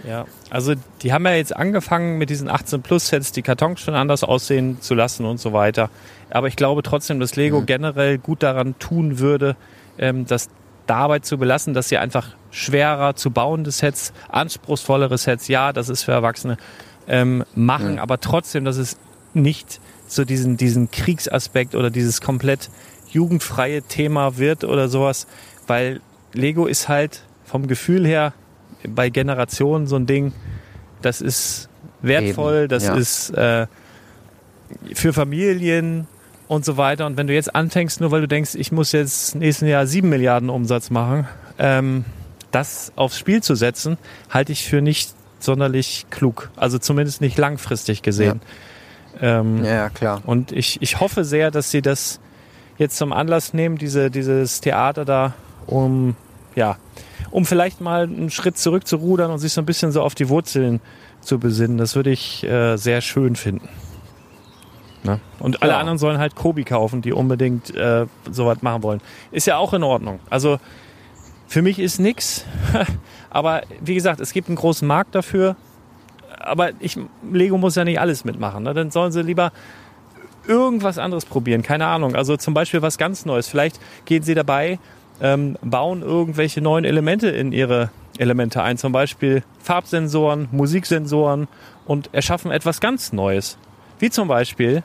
Ja, also die haben ja jetzt angefangen mit diesen achtzehn Plus Sets, die Kartons schon anders aussehen zu lassen und so weiter. Aber ich glaube trotzdem, dass Lego mhm. generell gut daran tun würde, ähm, das dabei zu belassen, dass sie einfach schwerer zu bauende Sets, anspruchsvollere Sets, ja, das ist für Erwachsene, ähm, machen, mhm. aber trotzdem, dass es nicht so diesen, diesen Kriegsaspekt oder dieses komplett jugendfreie Thema wird oder sowas, weil Lego ist halt vom Gefühl her bei Generationen so ein Ding, das ist wertvoll, Eben, das ja. ist äh, für Familien und so weiter. Und wenn du jetzt anfängst, nur weil du denkst, ich muss jetzt nächsten Jahr sieben Milliarden Umsatz machen, ähm, das aufs Spiel zu setzen, halte ich für nicht sonderlich klug. Also zumindest nicht langfristig gesehen. Ja, ähm, ja klar. Und ich, ich hoffe sehr, dass sie das jetzt zum Anlass nehmen, diese, dieses Theater da, um ja, um vielleicht mal einen Schritt zurück zu rudern und sich so ein bisschen so auf die Wurzeln zu besinnen. Das würde ich äh, sehr schön finden. Ne? Und alle ja. anderen sollen halt Kobi kaufen, die unbedingt äh, sowas machen wollen. Ist ja auch in Ordnung. Also für mich ist nix. Aber wie gesagt, es gibt einen großen Markt dafür. Aber ich, Lego muss ja nicht alles mitmachen. Ne? Dann sollen sie lieber irgendwas anderes probieren. Keine Ahnung. Also zum Beispiel was ganz Neues. Vielleicht gehen sie dabei, ähm, bauen irgendwelche neuen Elemente in ihre Elemente ein. Zum Beispiel Farbsensoren, Musiksensoren und erschaffen etwas ganz Neues. Wie zum Beispiel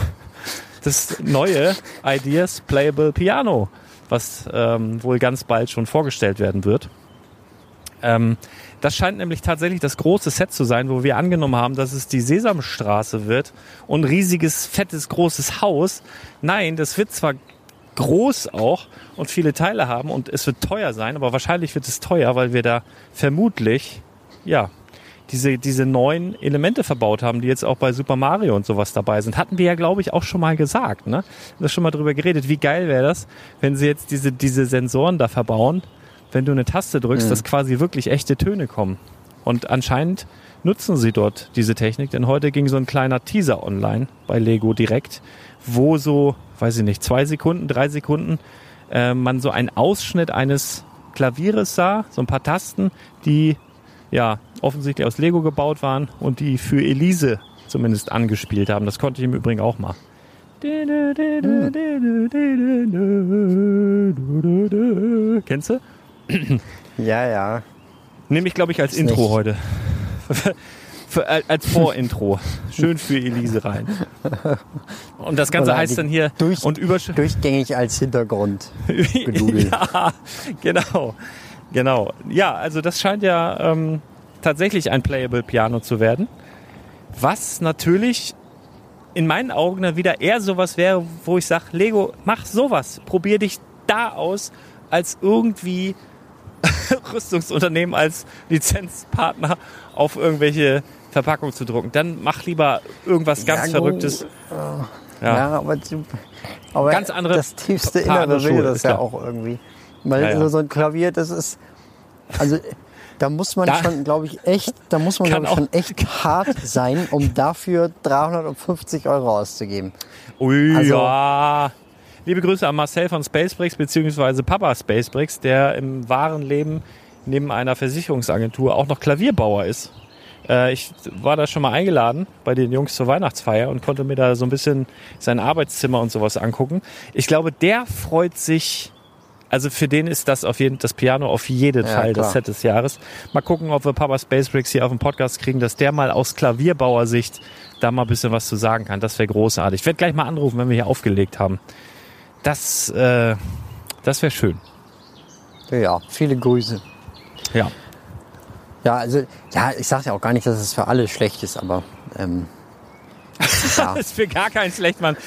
das neue Ideas Playable Piano, was ähm, wohl ganz bald schon vorgestellt werden wird. Ähm, das scheint nämlich tatsächlich das große Set zu sein, wo wir angenommen haben, dass es die Sesamstraße wird und ein riesiges, fettes, großes Haus. Nein, das wird zwar groß auch und viele Teile haben und es wird teuer sein, aber wahrscheinlich wird es teuer, weil wir da vermutlich, ja, diese, diese neuen Elemente verbaut haben, die jetzt auch bei Super Mario und sowas dabei sind. Hatten wir ja, glaube ich, auch schon mal gesagt, ne? Wir haben da schon mal drüber geredet. Wie geil wäre das, wenn sie jetzt diese, diese Sensoren da verbauen, wenn du eine Taste drückst, mhm. dass quasi wirklich echte Töne kommen. Und anscheinend nutzen sie dort diese Technik, denn heute ging so ein kleiner Teaser online bei Lego direkt, wo so, weiß ich nicht, zwei Sekunden, drei Sekunden, äh, man so einen Ausschnitt eines Klavieres sah, so ein paar Tasten, die ja offensichtlich aus Lego gebaut waren und die für Elise zumindest angespielt haben. Das konnte ich im Übrigen auch mal. Hm. Kennst du? Ja, ja. Nehme ich, glaube ich, als Ist Intro nicht. heute. Für, als Vorintro. Schön für Elise rein. Und das Ganze Oder heißt dann hier durch, und Übersch- durchgängig als Hintergrund gedudelt. Ja, genau. Genau. Ja, also das scheint ja ähm, tatsächlich ein Playable Piano zu werden. Was natürlich in meinen Augen dann wieder eher sowas wäre, wo ich sage, Lego, mach sowas. Probier dich da aus, als irgendwie Rüstungsunternehmen als Lizenzpartner auf irgendwelche Verpackungen zu drucken. Dann mach lieber irgendwas ganz ja, Verrücktes. Äh, ja. ja, aber, aber ganz andere das tiefste Innere will das ja auch irgendwie. Weil ja, ja. so ein Klavier, das ist, also da muss man da schon, glaube ich, echt, da muss man glaube ich, schon echt hart sein, um dafür dreihundertfünfzig Euro auszugeben. Ui, also, ja. Liebe Grüße an Marcel von Spacebricks beziehungsweise Papa Spacebricks, der im wahren Leben neben einer Versicherungsagentur auch noch Klavierbauer ist. Äh, ich war da schon mal eingeladen bei den Jungs zur Weihnachtsfeier und konnte mir da so ein bisschen sein Arbeitszimmer und sowas angucken. Ich glaube, der freut sich, also für den ist das auf jeden das Piano auf jeden ja, Fall klar. das Set des Jahres. Mal gucken, ob wir Papa Spacebricks hier auf dem Podcast kriegen, dass der mal aus Klavierbauersicht da mal ein bisschen was zu sagen kann. Das wäre großartig. Ich werde gleich mal anrufen, wenn wir hier aufgelegt haben. Das, äh, das wäre schön. Ja, viele Grüße. Ja. Ja, also, ja, ich sage ja auch gar nicht, dass es für alle schlecht ist, aber ähm, ja. Das ist für gar keinen schlecht, Mann.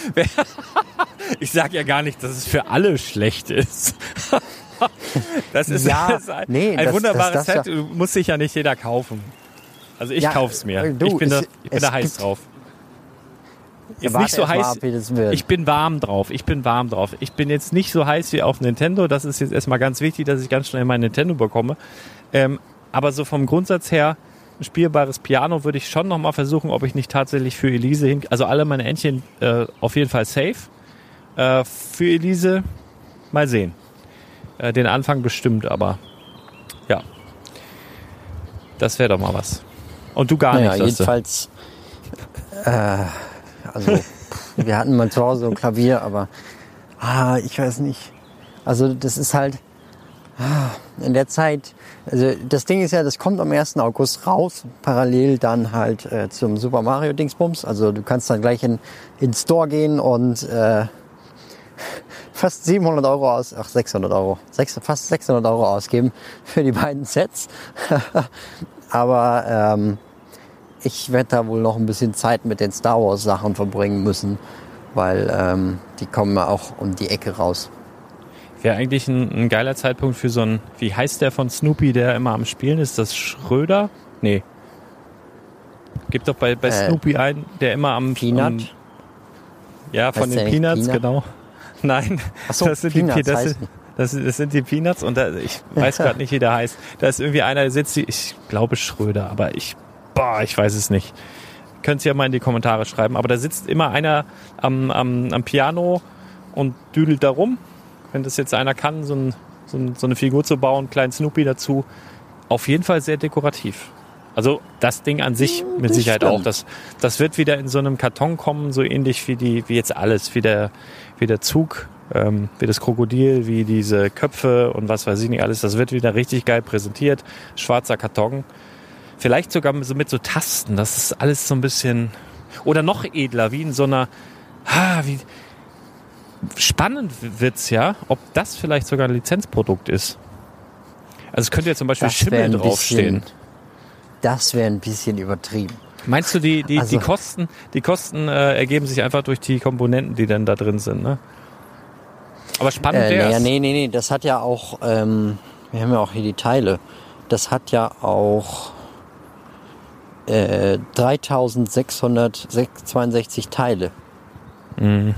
Ich sage ja gar nicht, dass es für alle schlecht ist. Das ist, ja, das ist ein, nee, ein das, wunderbares das, das, Set. Muss sich ja nicht jeder kaufen. Also ich ja, kauf's mir. Du, ich bin, es, da, ich bin da heiß drauf. Ist Warte nicht so erst mal heiß. ab, wie das wird. Ich bin warm drauf. Ich bin warm drauf. Ich bin jetzt nicht so heiß wie auf Nintendo. Das ist jetzt erstmal ganz wichtig, dass ich ganz schnell mein Nintendo bekomme. Ähm, aber so vom Grundsatz her, ein spielbares Piano würde ich schon nochmal versuchen, ob ich nicht tatsächlich für Elise hin... Also alle meine Entchen äh, auf jeden Fall safe. Äh, für Elise mal sehen. Äh, den Anfang bestimmt, aber ja. Das wäre doch mal was. Und du gar naja, nicht, sagst du? jedenfalls, äh, also wir hatten mal zu Hause ein Klavier, aber ah, ich weiß nicht. Also das ist halt ah, in der Zeit, also das Ding ist ja, das kommt am ersten August raus, parallel dann halt äh, zum Super Mario Dingsbums. Also du kannst dann gleich in in den Store gehen und äh, fast siebenhundert Euro aus, ach sechshundert Euro, sechs, fast sechshundert Euro ausgeben für die beiden Sets. Aber ähm, ich werde da wohl noch ein bisschen Zeit mit den Star Wars Sachen verbringen müssen, weil ähm, die kommen ja auch um die Ecke raus. Wäre eigentlich ein, ein geiler Zeitpunkt für so ein, wie heißt der von Snoopy, der immer am Spielen ist? Das Schröder? Nee. Gibt doch bei, bei Äh, Snoopy einen, der immer am... Peanut? Am, ja, von Heißt den der nicht Peanuts, Peanut? genau. Nein, Ach so, das sind Peanuts die, das, heißt sind, das, sind, das sind die Peanuts und da, ich weiß gerade nicht, wie der heißt. Da ist irgendwie einer, der sitzt, ich glaube Schröder, aber ich, boah, ich weiß es nicht. Könnt ihr ja mal in die Kommentare schreiben. Aber da sitzt immer einer am, am, am Piano und düdelt da rum. Wenn das jetzt einer kann, so, ein, so, ein, so eine Figur zu bauen, kleinen Snoopy dazu, auf jeden Fall sehr dekorativ. Also das Ding an sich mit das Sicherheit stimmt. auch. Das, das wird wieder in so einem Karton kommen, so ähnlich wie die, wie jetzt alles, wie der, wie der Zug, ähm, wie das Krokodil, wie diese Köpfe und was weiß ich nicht alles. Das wird wieder richtig geil präsentiert. Schwarzer Karton. Vielleicht sogar so mit so Tasten. Das ist alles so ein bisschen, oder noch edler, wie in so einer, ah, wie, spannend wird's ja, ob das vielleicht sogar ein Lizenzprodukt ist. Also es könnte ja zum Beispiel Das wär Schimmel ein draufstehen. bisschen- Das wäre ein bisschen übertrieben. Meinst du, die, die, Also- die Kosten, die Kosten äh, ergeben sich einfach durch die Komponenten, die dann da drin sind, ne? Aber spannend Äh, wär's. naja, nee, nee, nee, das hat ja auch, ähm, wir haben ja auch hier die Teile. Das hat ja auch äh, dreitausendsechshundertzweiundsechzig Teile. Mhm.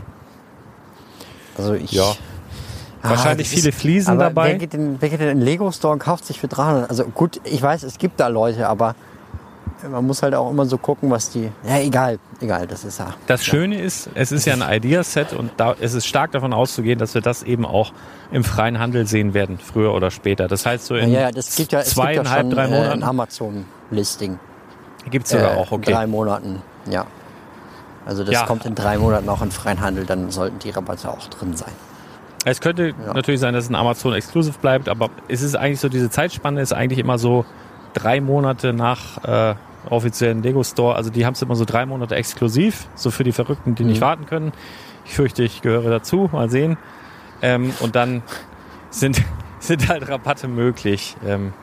Also ich... Ja. Wahrscheinlich das ist- viele Fliesen aber dabei. Wer geht, in, wer geht denn in den Lego-Store und kauft sich für dreihundert? Also gut, ich weiß, es gibt da Leute, aber man muss halt auch immer so gucken, was die... Ja, egal, egal, das ist ja... Das Schöne ist, es ist ja ein Idea-Set und da, es ist stark davon auszugehen, dass wir das eben auch im freien Handel sehen werden, früher oder später. Das heißt, so in Ja, ja, das gibt ja, es gibt ja zweieinhalb, schon drei äh, ein Monaten Amazon-Listing. gibt es sogar Äh, auch, okay. Drei Monaten, ja. Also das Ja. kommt in drei Monaten auch in freien Handel, dann sollten die Rabatte auch drin sein. Es könnte natürlich sein, dass es ein Amazon Exclusive bleibt, aber es ist eigentlich so, diese Zeitspanne ist eigentlich immer so drei Monate nach äh, offiziellen Lego Store. Also die haben es immer so drei Monate exklusiv, so für die Verrückten, die Mhm. nicht warten können. Ich fürchte, ich gehöre dazu, mal sehen. Ähm, und dann sind, sind halt Rabatte möglich. Ähm,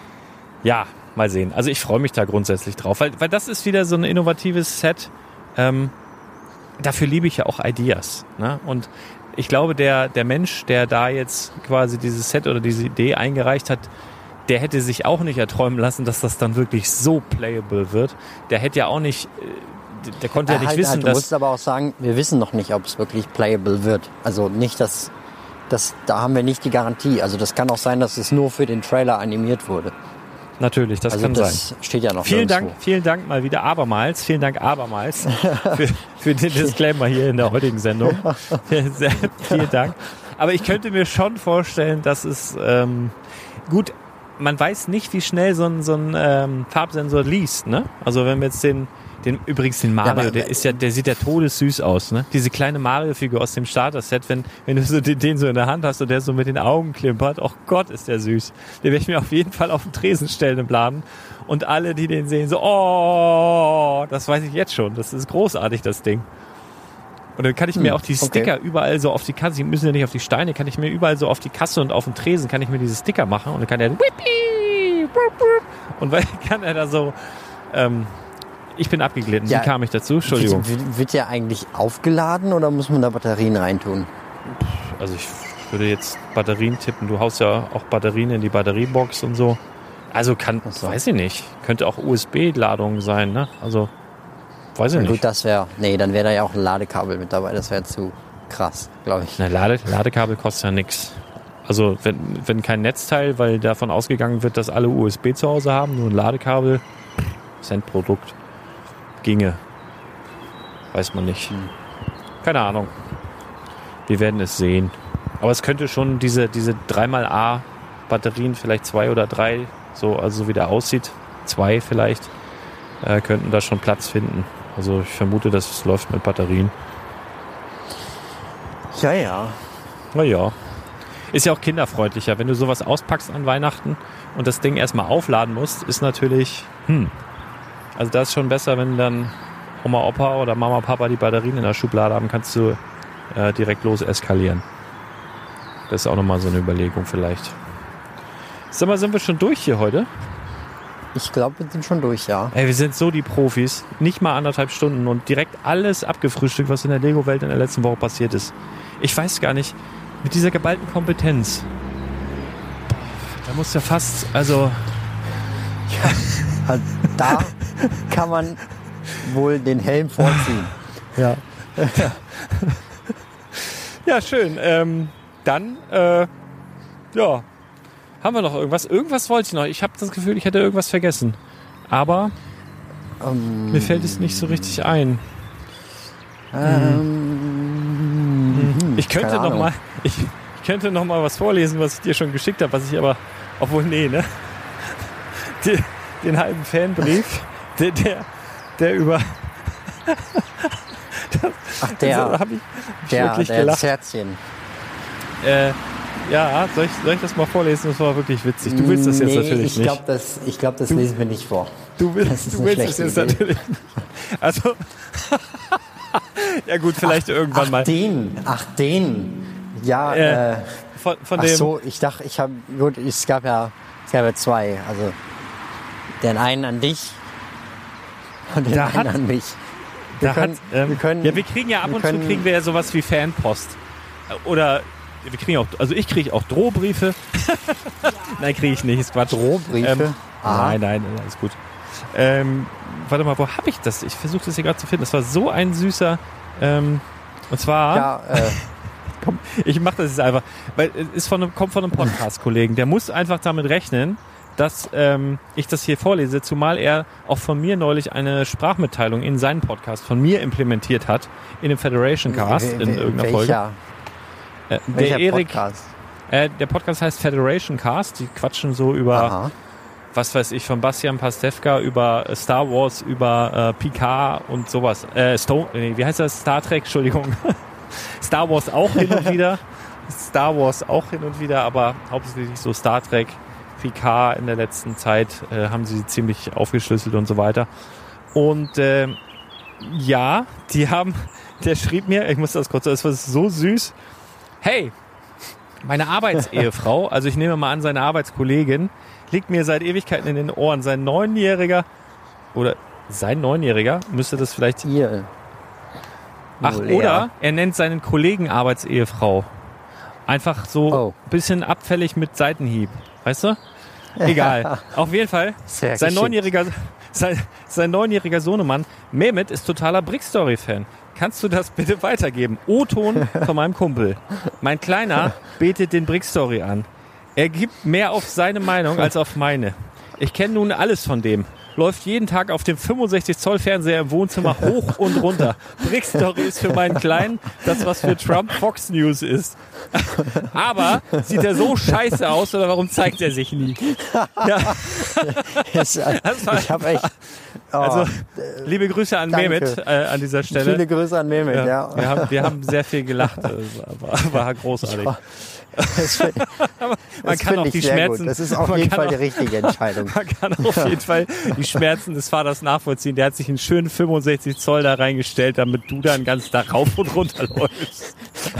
ja, mal sehen. Also ich freue mich da grundsätzlich drauf, weil, weil das ist wieder so ein innovatives Set. Ähm, dafür liebe ich ja auch Ideas. Ne? Und ich glaube, der, der Mensch, der da jetzt quasi dieses Set oder diese Idee eingereicht hat, der hätte sich auch nicht erträumen lassen, dass das dann wirklich so playable wird. Der hätte ja auch nicht, äh, der konnte ja Äh, nicht halt, wissen, halt, du dass... musst aber auch sagen, wir wissen noch nicht, ob es wirklich playable wird. Also nicht, dass, dass da haben wir nicht die Garantie. Also das kann auch sein, dass es nur für den Trailer animiert wurde. Natürlich, das Also kann das sein. steht ja noch Vielen Dank, nirgendwo. vielen Dank mal wieder abermals, vielen Dank abermals für, für den Disclaimer hier in der heutigen Sendung. Sehr, vielen Dank. Aber ich könnte mir schon vorstellen, dass es ähm, gut, man weiß nicht, wie schnell so ein, so ein ähm, Farbsensor liest, ne? Also wenn wir jetzt den, den übrigens den Mario, Ja, aber- der ist ja, der sieht ja todessüß aus, ne? Diese kleine Mario-Figur aus dem Starter-Set, wenn, wenn du so den, den so in der Hand hast und der so mit den Augen klimpert, oh Gott, ist der süß. Den werde ich mir auf jeden Fall auf den Tresen stellen im Laden. Und alle, die den sehen, so, oh, das weiß ich jetzt schon. Das ist großartig, das Ding. Und dann kann ich mir Hm, auch die okay. Sticker überall so auf die Kasse, die müssen ja nicht auf die Steine, kann ich mir überall so auf die Kasse und auf den Tresen, kann ich mir diese Sticker machen und dann kann der whippi, wup, wup, und weil kann er da so, ähm, ich bin abgeglitten, Ja. wie kam ich dazu? Entschuldigung. Wird, wird, wird der eigentlich aufgeladen oder muss man da Batterien reintun? Also ich würde jetzt Batterien tippen, du haust ja auch Batterien in die Batteriebox und so. Also kann, Ach so. weiß ich nicht, könnte auch U S B-Ladung sein, ne? Also, weiß ich Na nicht. gut, das wäre, nee, dann wäre da ja auch ein Ladekabel mit dabei. Das wäre zu krass, glaube ich. Na, Lade, Ladekabel kostet ja nichts. Also wenn, wenn kein Netzteil, weil davon ausgegangen wird, dass alle U S B zu Hause haben, nur ein Ladekabel, Centprodukt, ginge. Weiß man nicht. Keine Ahnung. Wir werden es sehen. Aber es könnte schon diese, diese drei mal A Batterien, vielleicht zwei oder drei, so, also so wie der aussieht, zwei vielleicht, äh, könnten da schon Platz finden. Also ich vermute, das läuft mit Batterien. Ja, ja. Naja. Ist ja auch kinderfreundlicher. Wenn du sowas auspackst an Weihnachten und das Ding erstmal aufladen musst, ist natürlich, hm. Also da ist schon besser, wenn dann Oma, Opa oder Mama, Papa die Batterien in der Schublade haben, kannst du äh, direkt los eskalieren. Das ist auch nochmal so eine Überlegung vielleicht. Sag mal, sind wir schon durch hier heute? Ich glaube, wir sind schon durch, ja. Ey, wir sind so die Profis. Nicht mal anderthalb Stunden und direkt alles abgefrühstückt, was in der Lego-Welt in der letzten Woche passiert ist. Ich weiß gar nicht, mit dieser geballten Kompetenz, da muss ja fast, also... Ja, da kann man wohl den Helm vorziehen. Ja. Ja, schön. Ähm, dann, äh, ja, haben wir noch irgendwas? Irgendwas wollte ich noch. Ich habe das Gefühl, ich hätte irgendwas vergessen. Aber Ähm, mir fällt es nicht so richtig ein. ähm, Ich könnte keine noch Ahnung. mal, ich, ich könnte noch mal was vorlesen, was ich dir schon geschickt habe, was ich aber, obwohl nee, ne? Die, den halben Fanbrief, der, der, der über, Ach, der, also, hab ich der, wirklich der gelacht. Herzchen. Äh, ja, soll ich, soll ich das mal vorlesen? Das war wirklich witzig. Du willst das jetzt nee, natürlich ich nicht. Glaub, das, ich glaube, das lesen wir nicht vor. Du willst, das ist du eine willst es schlechte jetzt Idee. natürlich nicht. Also, ja gut, vielleicht irgendwann ach, mal. den, ach den. Ja, Äh, äh, Von, von ach dem, so, ich dachte, ich habe, gut, es gab ja, es gab ja zwei. Also, den einen an dich und den Da einen hat- an mich. da können- hat, ähm, wir können- ja, wir kriegen ja ab wir und können- zu kriegen wir ja sowas wie Fanpost. Oder wir kriegen auch, also ich kriege auch Drohbriefe. Nein, kriege ich nicht, ist Quatsch. Drohbriefe? Ähm, Ah. nein, nein, alles gut. Ähm, warte mal, wo habe ich das? Ich versuche das hier gerade zu finden. Das war so ein süßer, ähm, und zwar... Ja, äh, Komm, ich mache das jetzt einfach, weil es ist von einem, kommt von einem Podcast-Kollegen. Der muss einfach damit rechnen, dass ähm, ich das hier vorlese, zumal er auch von mir neulich eine Sprachmitteilung in seinen Podcast von mir implementiert hat, in dem Federation Cast, in irgendeiner Folge. welcher, Äh, welcher der Erik, Podcast? äh, der Podcast heißt Federation Cast, die quatschen so über, Aha. was weiß ich, von Bastian Pastewka über äh, Star Wars, über äh, Picard und sowas. Äh, Stone, nee, wie heißt das? Star Trek, Entschuldigung. Star Wars auch hin und wieder. Star Wars auch hin und wieder, aber hauptsächlich so Star Trek, Picard in der letzten Zeit äh, haben sie ziemlich aufgeschlüsselt und so weiter. Und äh, ja, die haben, der schrieb mir, ich muss das kurz, das war so süß. Hey, meine Arbeitsehefrau, also ich nehme mal an, seine Arbeitskollegin, liegt mir seit Ewigkeiten in den Ohren. Sein Neunjähriger, oder sein Neunjähriger, müsste das vielleicht... Ihr. Ach, Wohl eher. oder er nennt seinen Kollegen Arbeitsehefrau. Einfach so Oh. ein bisschen abfällig mit Seitenhieb. Weißt du? Egal. Auf jeden Fall, Sehr sein geschickt. neunjähriger, sein, sein neunjähriger Sohnemann, Mehmet, ist totaler Brickstory-Fan. Kannst du das bitte weitergeben? O-Ton von meinem Kumpel. Mein Kleiner betet den Brickstory an. Er gibt mehr auf seine Meinung als auf meine. Ich kenne nun alles von dem. Läuft jeden Tag auf dem fünfundsechzig Zoll Fernseher im Wohnzimmer hoch und runter. Brickstory ist für meinen Kleinen das, was für Trump Fox News ist. Aber sieht er so scheiße aus oder warum zeigt er sich nie? Ja, Es, äh, Das war- ich habe echt. Oh, also liebe Grüße an Danke. Mehmet äh, an dieser Stelle. viele Grüße an Mehmet, ja. ja, wir, haben, wir haben sehr viel gelacht. Es war, war großartig. Das, find- Man das kann finde auch ich die sehr Schmerzen. gut. Das ist auf man jeden kann Fall auch, die richtige Entscheidung. Man kann auf jeden Fall die Schmerzen des Vaters nachvollziehen. Der hat sich einen schönen fünfundsechzig Zoll da reingestellt, damit du dann ganz da rauf und runter läufst.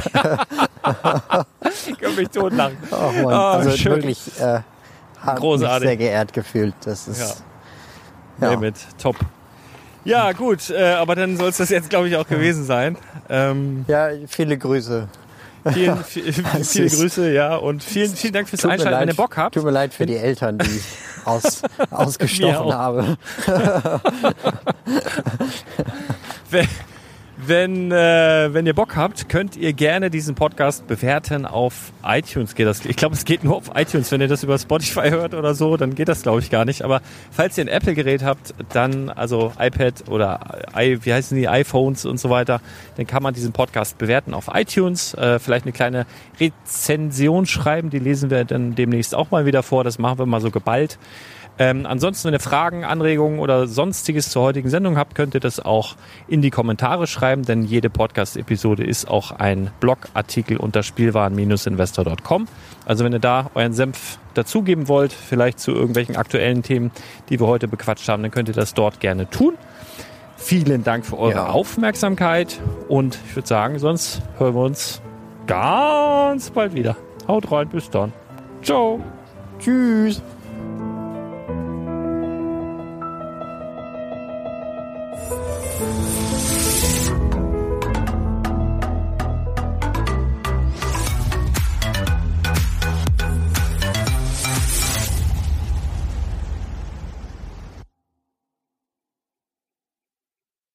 Ich kann mich totlachen. Oh Mann, Oh, also schön. wirklich äh, hat Großartig. mich sehr geehrt gefühlt. Das ist Ja. ja. Mehmet, top. Ja, gut, äh, aber dann soll es das jetzt, glaube ich, auch gewesen sein. Ähm, Ja, viele Grüße. vielen, viel, Es viele ist- Grüße, ja, und vielen, vielen Dank fürs Tut mir Einschalten, wenn leid- ihr Bock habt. Tut mir leid für die Eltern, die ich aus, Mir ausgestochen auch. habe. Wenn, wenn, äh, wenn ihr Bock habt, könnt ihr gerne diesen Podcast bewerten auf iTunes. Geht das? Ich glaube, es geht nur auf iTunes. Wenn ihr das über Spotify hört oder so, dann geht das, glaube ich, gar nicht. Aber falls ihr ein Apple-Gerät habt, dann, also iPad oder i, wie heißen die, iPhones und so weiter, dann kann man diesen Podcast bewerten auf iTunes. Äh, vielleicht eine kleine Rezension schreiben. Die lesen wir dann demnächst auch mal wieder vor. Das machen wir mal so geballt. Ähm, ansonsten, wenn ihr Fragen, Anregungen oder sonstiges zur heutigen Sendung habt, könnt ihr das auch in die Kommentare schreiben, denn jede Podcast-Episode ist auch ein Blogartikel unter spielwaren Bindestrich investor Punkt com. Also wenn ihr da euren Senf dazugeben wollt, vielleicht zu irgendwelchen aktuellen Themen, die wir heute bequatscht haben, dann könnt ihr das dort gerne tun. Vielen Dank für eure Ja. Aufmerksamkeit und ich würde sagen, sonst hören wir uns ganz bald wieder. Haut rein, bis dann. Ciao. Tschüss.